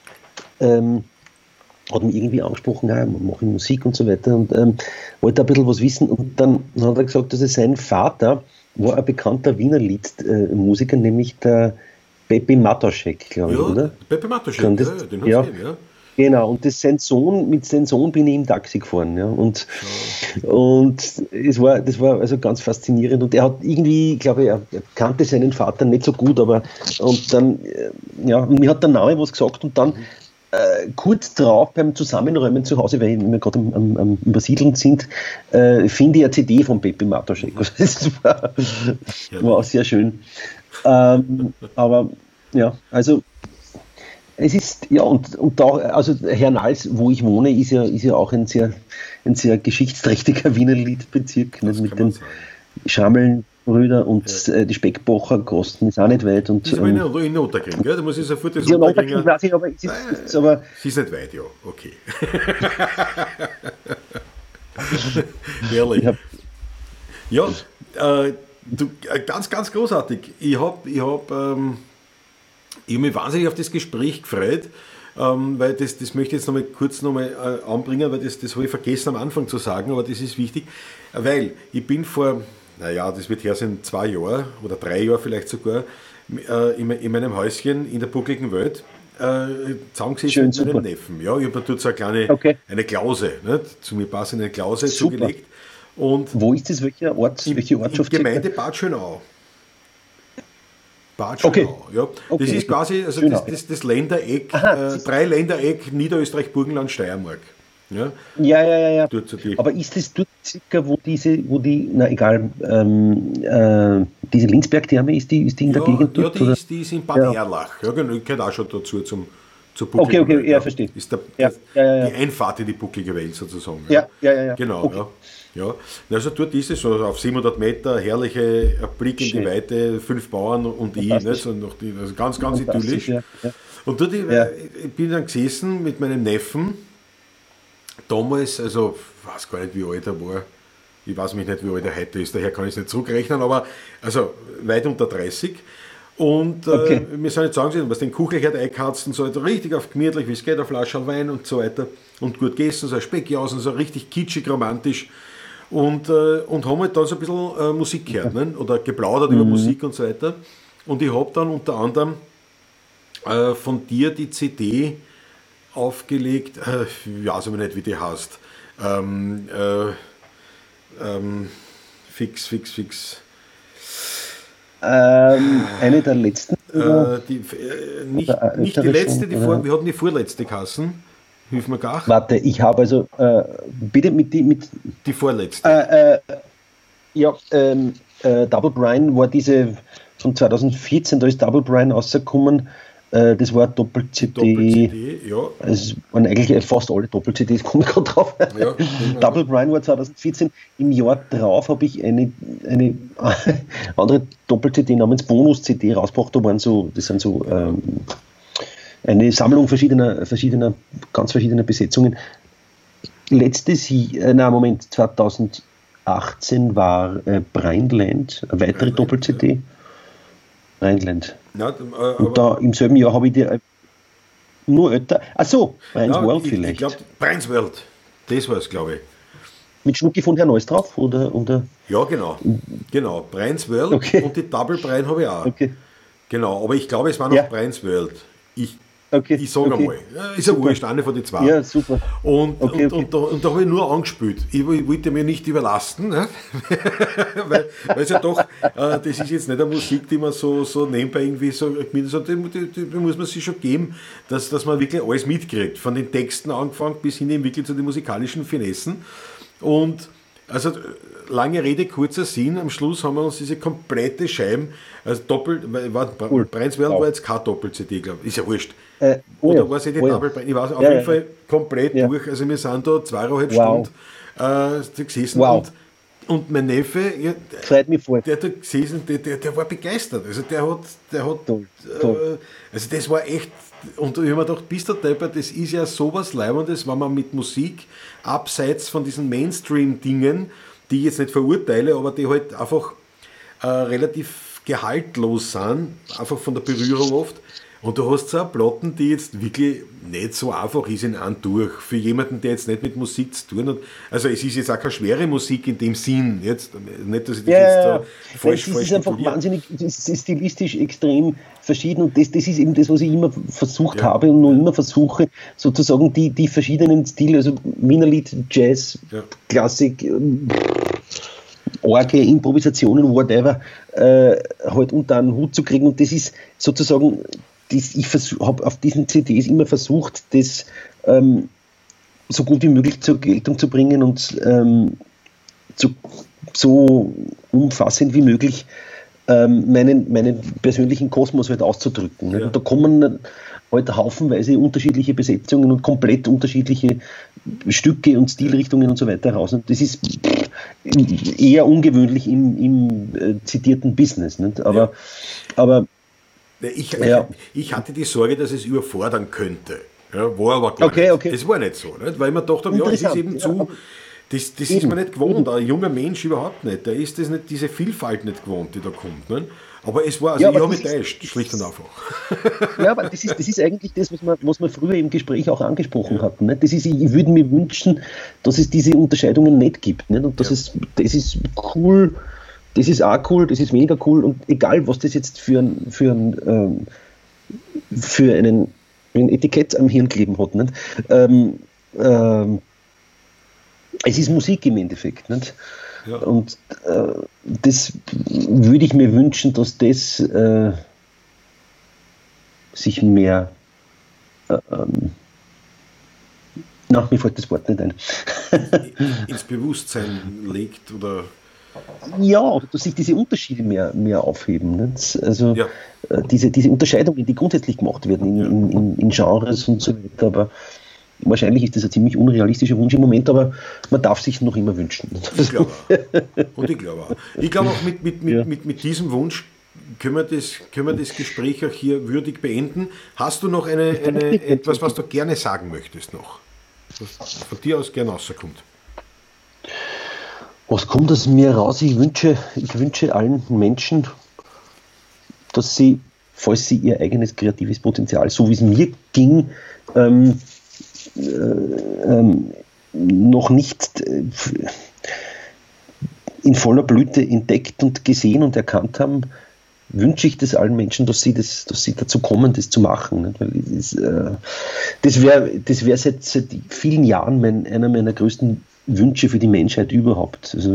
hat mich irgendwie angesprochen, mache Musik und so weiter und wollte ein bisschen was wissen und dann hat er gesagt, dass sein Vater war ein bekannter Wiener Liedmusiker, nämlich der Pepe Matoschek, glaube ich, oder? Pepe Matoschek, den hat es ja. Genau, und mit seinem Sohn bin ich im Taxi gefahren, ja, und das war also ganz faszinierend und er hat irgendwie, glaube ich, er kannte seinen Vater nicht so gut, aber und dann, mir hat der Name was gesagt und dann kurz drauf beim Zusammenräumen zu Hause, weil wir gerade am Übersiedeln sind, finde ich eine CD von Pepe Matoschek. Das war auch sehr schön. Aber ja, also es ist, und da, also Hernals, wo ich wohne, ist ja auch ein sehr geschichtsträchtiger Wiener Liedbezirk, mit den Schammeln-Brüder und die Speckbocher, Kosten ist auch nicht weit. Und, das ist aber in Otterkring, gell? Da muss ich sofort das Otterkring. Weiß ich, aber es ist nicht weit, ja, okay. Ehrlich. Ja, ganz, ganz großartig. Ich hab mich wahnsinnig auf das Gespräch gefreut, weil das möchte ich jetzt kurz anbringen, weil das habe ich vergessen am Anfang zu sagen, aber das ist wichtig, weil ich bin das wird her sein 2 Jahre oder 3 Jahre vielleicht sogar, in meinem Häuschen in der buckligen Welt zusammengesessen mit meinem Neffen. Ja, ich habe mir dort so eine Klause, nicht? Zu mir passende Klause zugelegt. Und wo ist das? Welche Ortschaft? Gemeinde Bad Schönau. Bad Okay. Schönau, ja. Okay, Das ist okay. quasi also Schönau. das Ländereck, Aha, Dreiländereck Niederösterreich, Burgenland, Steiermark. Ja, ja. dort so die. Aber ist das dort circa, na egal, diese Linzberg-Therme, ist die in der Ja, Gegend ja, dort? Oder? die ist in Bad Ja. Erlach. Ja, genau, gehört auch schon dazu zur Okay, Buckligen Welt. ja, verstehe. Ist Ja. die Einfahrt in die Bucklige Welt sozusagen. Ja. Genau, Okay. ja. Ja, also dort ist es so auf 700 Meter, herrliche Blick in die Schön. Weite, 5 Bauern und ich, Fantastisch. nicht? So noch also ganz, ganz Fantastisch, idyllisch. ja. Und dort Ja. ich bin dann gesessen mit meinem Neffen, damals, also ich weiß gar nicht, wie alt er war. Ich weiß mich nicht, wie alt er heute ist, daher kann ich es nicht zurückrechnen, aber also weit unter 30. Und Okay. wir sind jetzt zusammengesessen, was den Kuchelherd eingeheizt und so weiter, richtig auf gemütlich, wie es geht, eine Flasche Wein und so weiter. Und gut gegessen, so ein Speckjausen, so richtig kitschig, romantisch. Und haben halt dann so ein bisschen Musik gehört, ne? Oder geplaudert über Musik und so weiter. Und ich habe dann unter anderem von dir die CD aufgelegt, ich weiß aber nicht, wie die heißt. Fix. Eine der letzten. Nicht die letzte, wir hatten die vorletzte Kassen. Hilf mir gar. Warte, ich habe also, bitte mit Die vorletzte. Double Brian war diese von 2014, da ist Double Brian rausgekommen. Das war Doppel-CD. Doppel-CD, ja. Es waren eigentlich fast alle Doppel-CDs, komme ich gerade drauf. Ja, Double Brian war 2014. Im Jahr drauf habe ich eine andere Doppel-CD namens Bonus-CD rausgebracht. Das sind so eine Sammlung verschiedener, ganz verschiedener Besetzungen. 2018 war Rheinland, eine weitere Doppel-CD. Rheinland. Ja, Und da im selben Jahr habe ich die nur älter. Achso, Brian's World ich vielleicht. glaube, Brian's World, das war es, glaube ich. Mit Schnucki von Herrn Neuss drauf? Oder? Ja, genau. Brian's World Okay. und die Double Brian habe ich auch. Okay. Genau, aber ich glaube, es war noch Ja. Brian's World. Okay. Ich sage Okay. einmal, ja, ist ja wurscht, eine von den zwei. Ja, super. Und Okay. da habe ich nur angespielt. Ich wollte mir nicht überlasten, ne? weil es ja doch, das ist jetzt nicht eine Musik, die man so nebenbei irgendwie so, die muss man sich schon geben, dass man wirklich alles mitkriegt. Von den Texten angefangen bis hin eben wirklich zu den musikalischen Finessen. Und also lange Rede, kurzer Sinn, am Schluss haben wir uns diese komplette Scheiben, also Cool. Brian's World Wow. war jetzt keine Doppel-CD, glaube ich, ist ja wurscht. Oder war es die Double Brian? Ich weiß auf jeden Fall komplett durch. Also wir sind da 2,5 Wow. Stunden gesessen Wow. und mein Neffe, ja, Freut mich voll. der hat da gesessen, der war begeistert. Also der hat Toll. also das war echt, und ich habe mir gedacht, bist du deppert, das ist ja sowas Leibendes, wenn man mit Musik abseits von diesen Mainstream-Dingen, die ich jetzt nicht verurteile, aber die halt einfach relativ gehaltlos sind, einfach von der Berührung oft. Und du hast so eine Platten, die jetzt wirklich nicht so einfach ist in einem durch. Für jemanden, der jetzt nicht mit Musik zu tun hat. Also es ist jetzt auch keine schwere Musik in dem Sinn. Jetzt, nicht, dass ich das jetzt da falsch Es ist einfach wahnsinnig, es ist stilistisch extrem verschieden und das ist eben das, was ich immer versucht habe und noch immer versuche, sozusagen die verschiedenen Stile, also Wienerlied, Jazz, Klassik, Orgel, Improvisationen, whatever, halt unter einen Hut zu kriegen und das ist sozusagen, ich habe auf diesen CDs immer versucht, das so gut wie möglich zur Geltung zu bringen und so umfassend wie möglich meinen persönlichen Kosmos halt auszudrücken. Ja. Und da kommen halt haufenweise unterschiedliche Besetzungen und komplett unterschiedliche Stücke und Stilrichtungen und so weiter raus. Und das ist eher ungewöhnlich im zitierten Business. Nicht? Aber ich hatte die Sorge, dass es überfordern könnte. Ja, war aber gar nicht. Okay. Das war nicht so, nicht? Weil ich mir gedacht habe, es ist eben zu... Das ist man nicht gewohnt, ein junger Mensch überhaupt nicht. Der ist das nicht, diese Vielfalt nicht gewohnt, die da kommt. Ne? Aber es war, also ich habe mich täuscht, schlicht und einfach. Ja, aber das ist eigentlich das, was wir früher im Gespräch auch angesprochen hatten. Ne? Das ist, ich würde mir wünschen, dass es diese Unterscheidungen nicht gibt. Nicht? Und das ist cool, das ist auch cool, das ist weniger cool. Und egal, was das jetzt für ein Etikett am Hirn kleben hat. Nicht? Es ist Musik im Endeffekt. Nicht? Ja. Und das würde ich mir wünschen, dass das sich mehr, mir fällt das Wort nicht ein. Ins Bewusstsein legt oder... Ja, dass sich diese Unterschiede mehr aufheben. Nicht? Also diese Unterscheidungen, die grundsätzlich gemacht werden in Genres und so weiter, aber wahrscheinlich ist das ein ziemlich unrealistischer Wunsch im Moment, aber man darf sich noch immer wünschen. Ich glaube auch. Und ich glaube auch. Ich glaube auch, mit diesem Wunsch können wir das Gespräch auch hier würdig beenden. Hast du noch etwas, was du gerne sagen möchtest noch? Was von dir aus gerne rauskommt? Was kommt aus mir raus? Ich wünsche allen Menschen, dass sie, falls sie ihr eigenes kreatives Potenzial, so wie es mir ging, noch nicht in voller Blüte entdeckt und gesehen und erkannt haben, wünsche ich das allen Menschen, dass sie dazu kommen, das zu machen. Nicht? Weil das wäre seit vielen Jahren einer meiner größten Wünsche für die Menschheit überhaupt. Also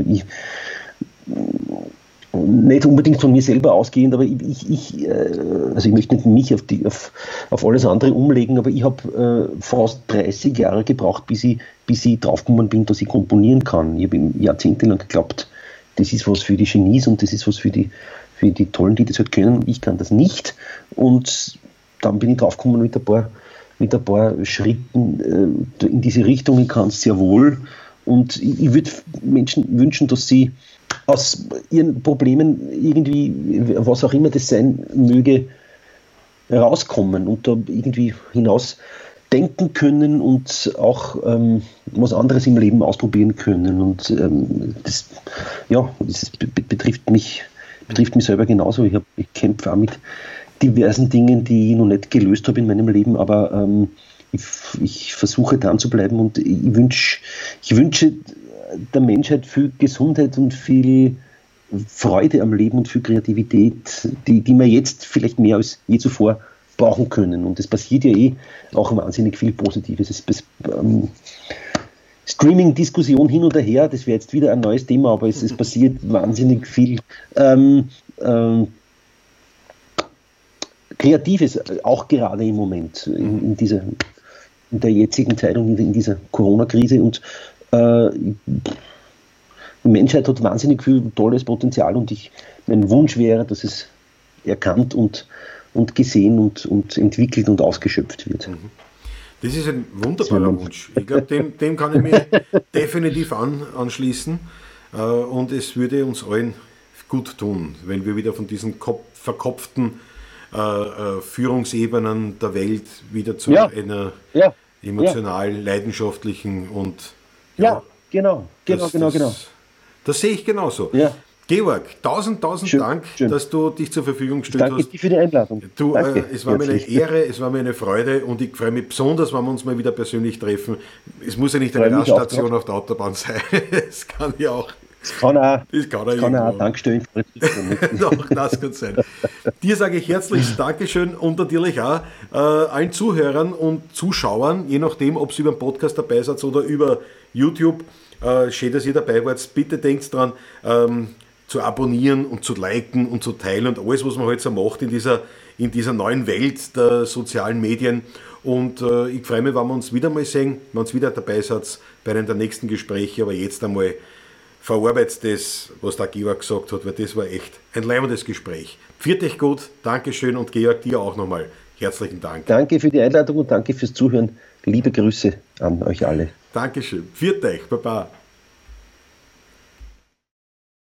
nicht unbedingt von mir selber ausgehend, aber ich möchte nicht mich auf alles andere umlegen, aber ich habe fast 30 Jahre gebraucht, bis ich draufgekommen bin, dass ich komponieren kann. Ich habe jahrzehntelang geglaubt, das ist was für die Genies und das ist was für die Tollen, die das halt können, und ich kann das nicht. Und dann bin ich draufgekommen mit ein paar Schritten in diese Richtung. Ich kann es sehr wohl. Und ich würde Menschen wünschen, dass sie aus ihren Problemen irgendwie, was auch immer das sein möge, rauskommen und da irgendwie hinaus denken können und auch was anderes im Leben ausprobieren können. Und das betrifft mich selber genauso. Ich kämpfe auch mit diversen Dingen, die ich noch nicht gelöst habe in meinem Leben, aber ich versuche dran zu bleiben und ich wünsche der Menschheit viel Gesundheit und viel Freude am Leben und viel Kreativität, die wir jetzt vielleicht mehr als je zuvor brauchen können. Und es passiert ja auch wahnsinnig viel Positives. Streaming-Diskussion hin und her, das wäre jetzt wieder ein neues Thema, aber es passiert wahnsinnig viel Kreatives, auch gerade im Moment, in der jetzigen Zeit und in dieser Corona-Krise. Und die Menschheit hat wahnsinnig viel tolles Potenzial und mein Wunsch wäre, dass es erkannt und gesehen und entwickelt und ausgeschöpft wird. Das ist ein wunderbarer Wunsch. Ich glaube, dem kann ich mich definitiv anschließen und es würde uns allen gut tun, wenn wir wieder von diesen verkopften Führungsebenen der Welt wieder zu einer emotional leidenschaftlichen und genau. Das sehe ich genauso. Ja. Georg, tausend Dank, dass du dich zur Verfügung gestellt hast. Danke dir für die Einladung. Es war mir eine Ehre, es war mir eine Freude und ich freue mich besonders, wenn wir uns mal wieder persönlich treffen. Es muss ja nicht eine Raststation auf der Autobahn sein. Es kann ja auch. Das kann auch Tankstellen. Doch, das kann sein. Dir sage ich herzlichst Dankeschön und natürlich auch allen Zuhörern und Zuschauern, je nachdem, ob Sie über den Podcast dabei seid oder über YouTube. Schön, dass ihr dabei wart. Bitte denkt dran, zu abonnieren und zu liken und zu teilen und alles, was man halt so macht in dieser neuen Welt der sozialen Medien. Und ich freue mich, wenn wir uns wieder mal sehen, wenn ihr wieder dabei seid bei einem der nächsten Gespräche. Aber jetzt einmal verarbeitet das, was der Georg gesagt hat, weil das war echt ein leibendes Gespräch. Pfiat euch gut, Dankeschön und Georg, dir auch nochmal herzlichen Dank. Danke für die Einladung und danke fürs Zuhören. Liebe Grüße an euch alle. Dankeschön. Pfiat euch, Baba.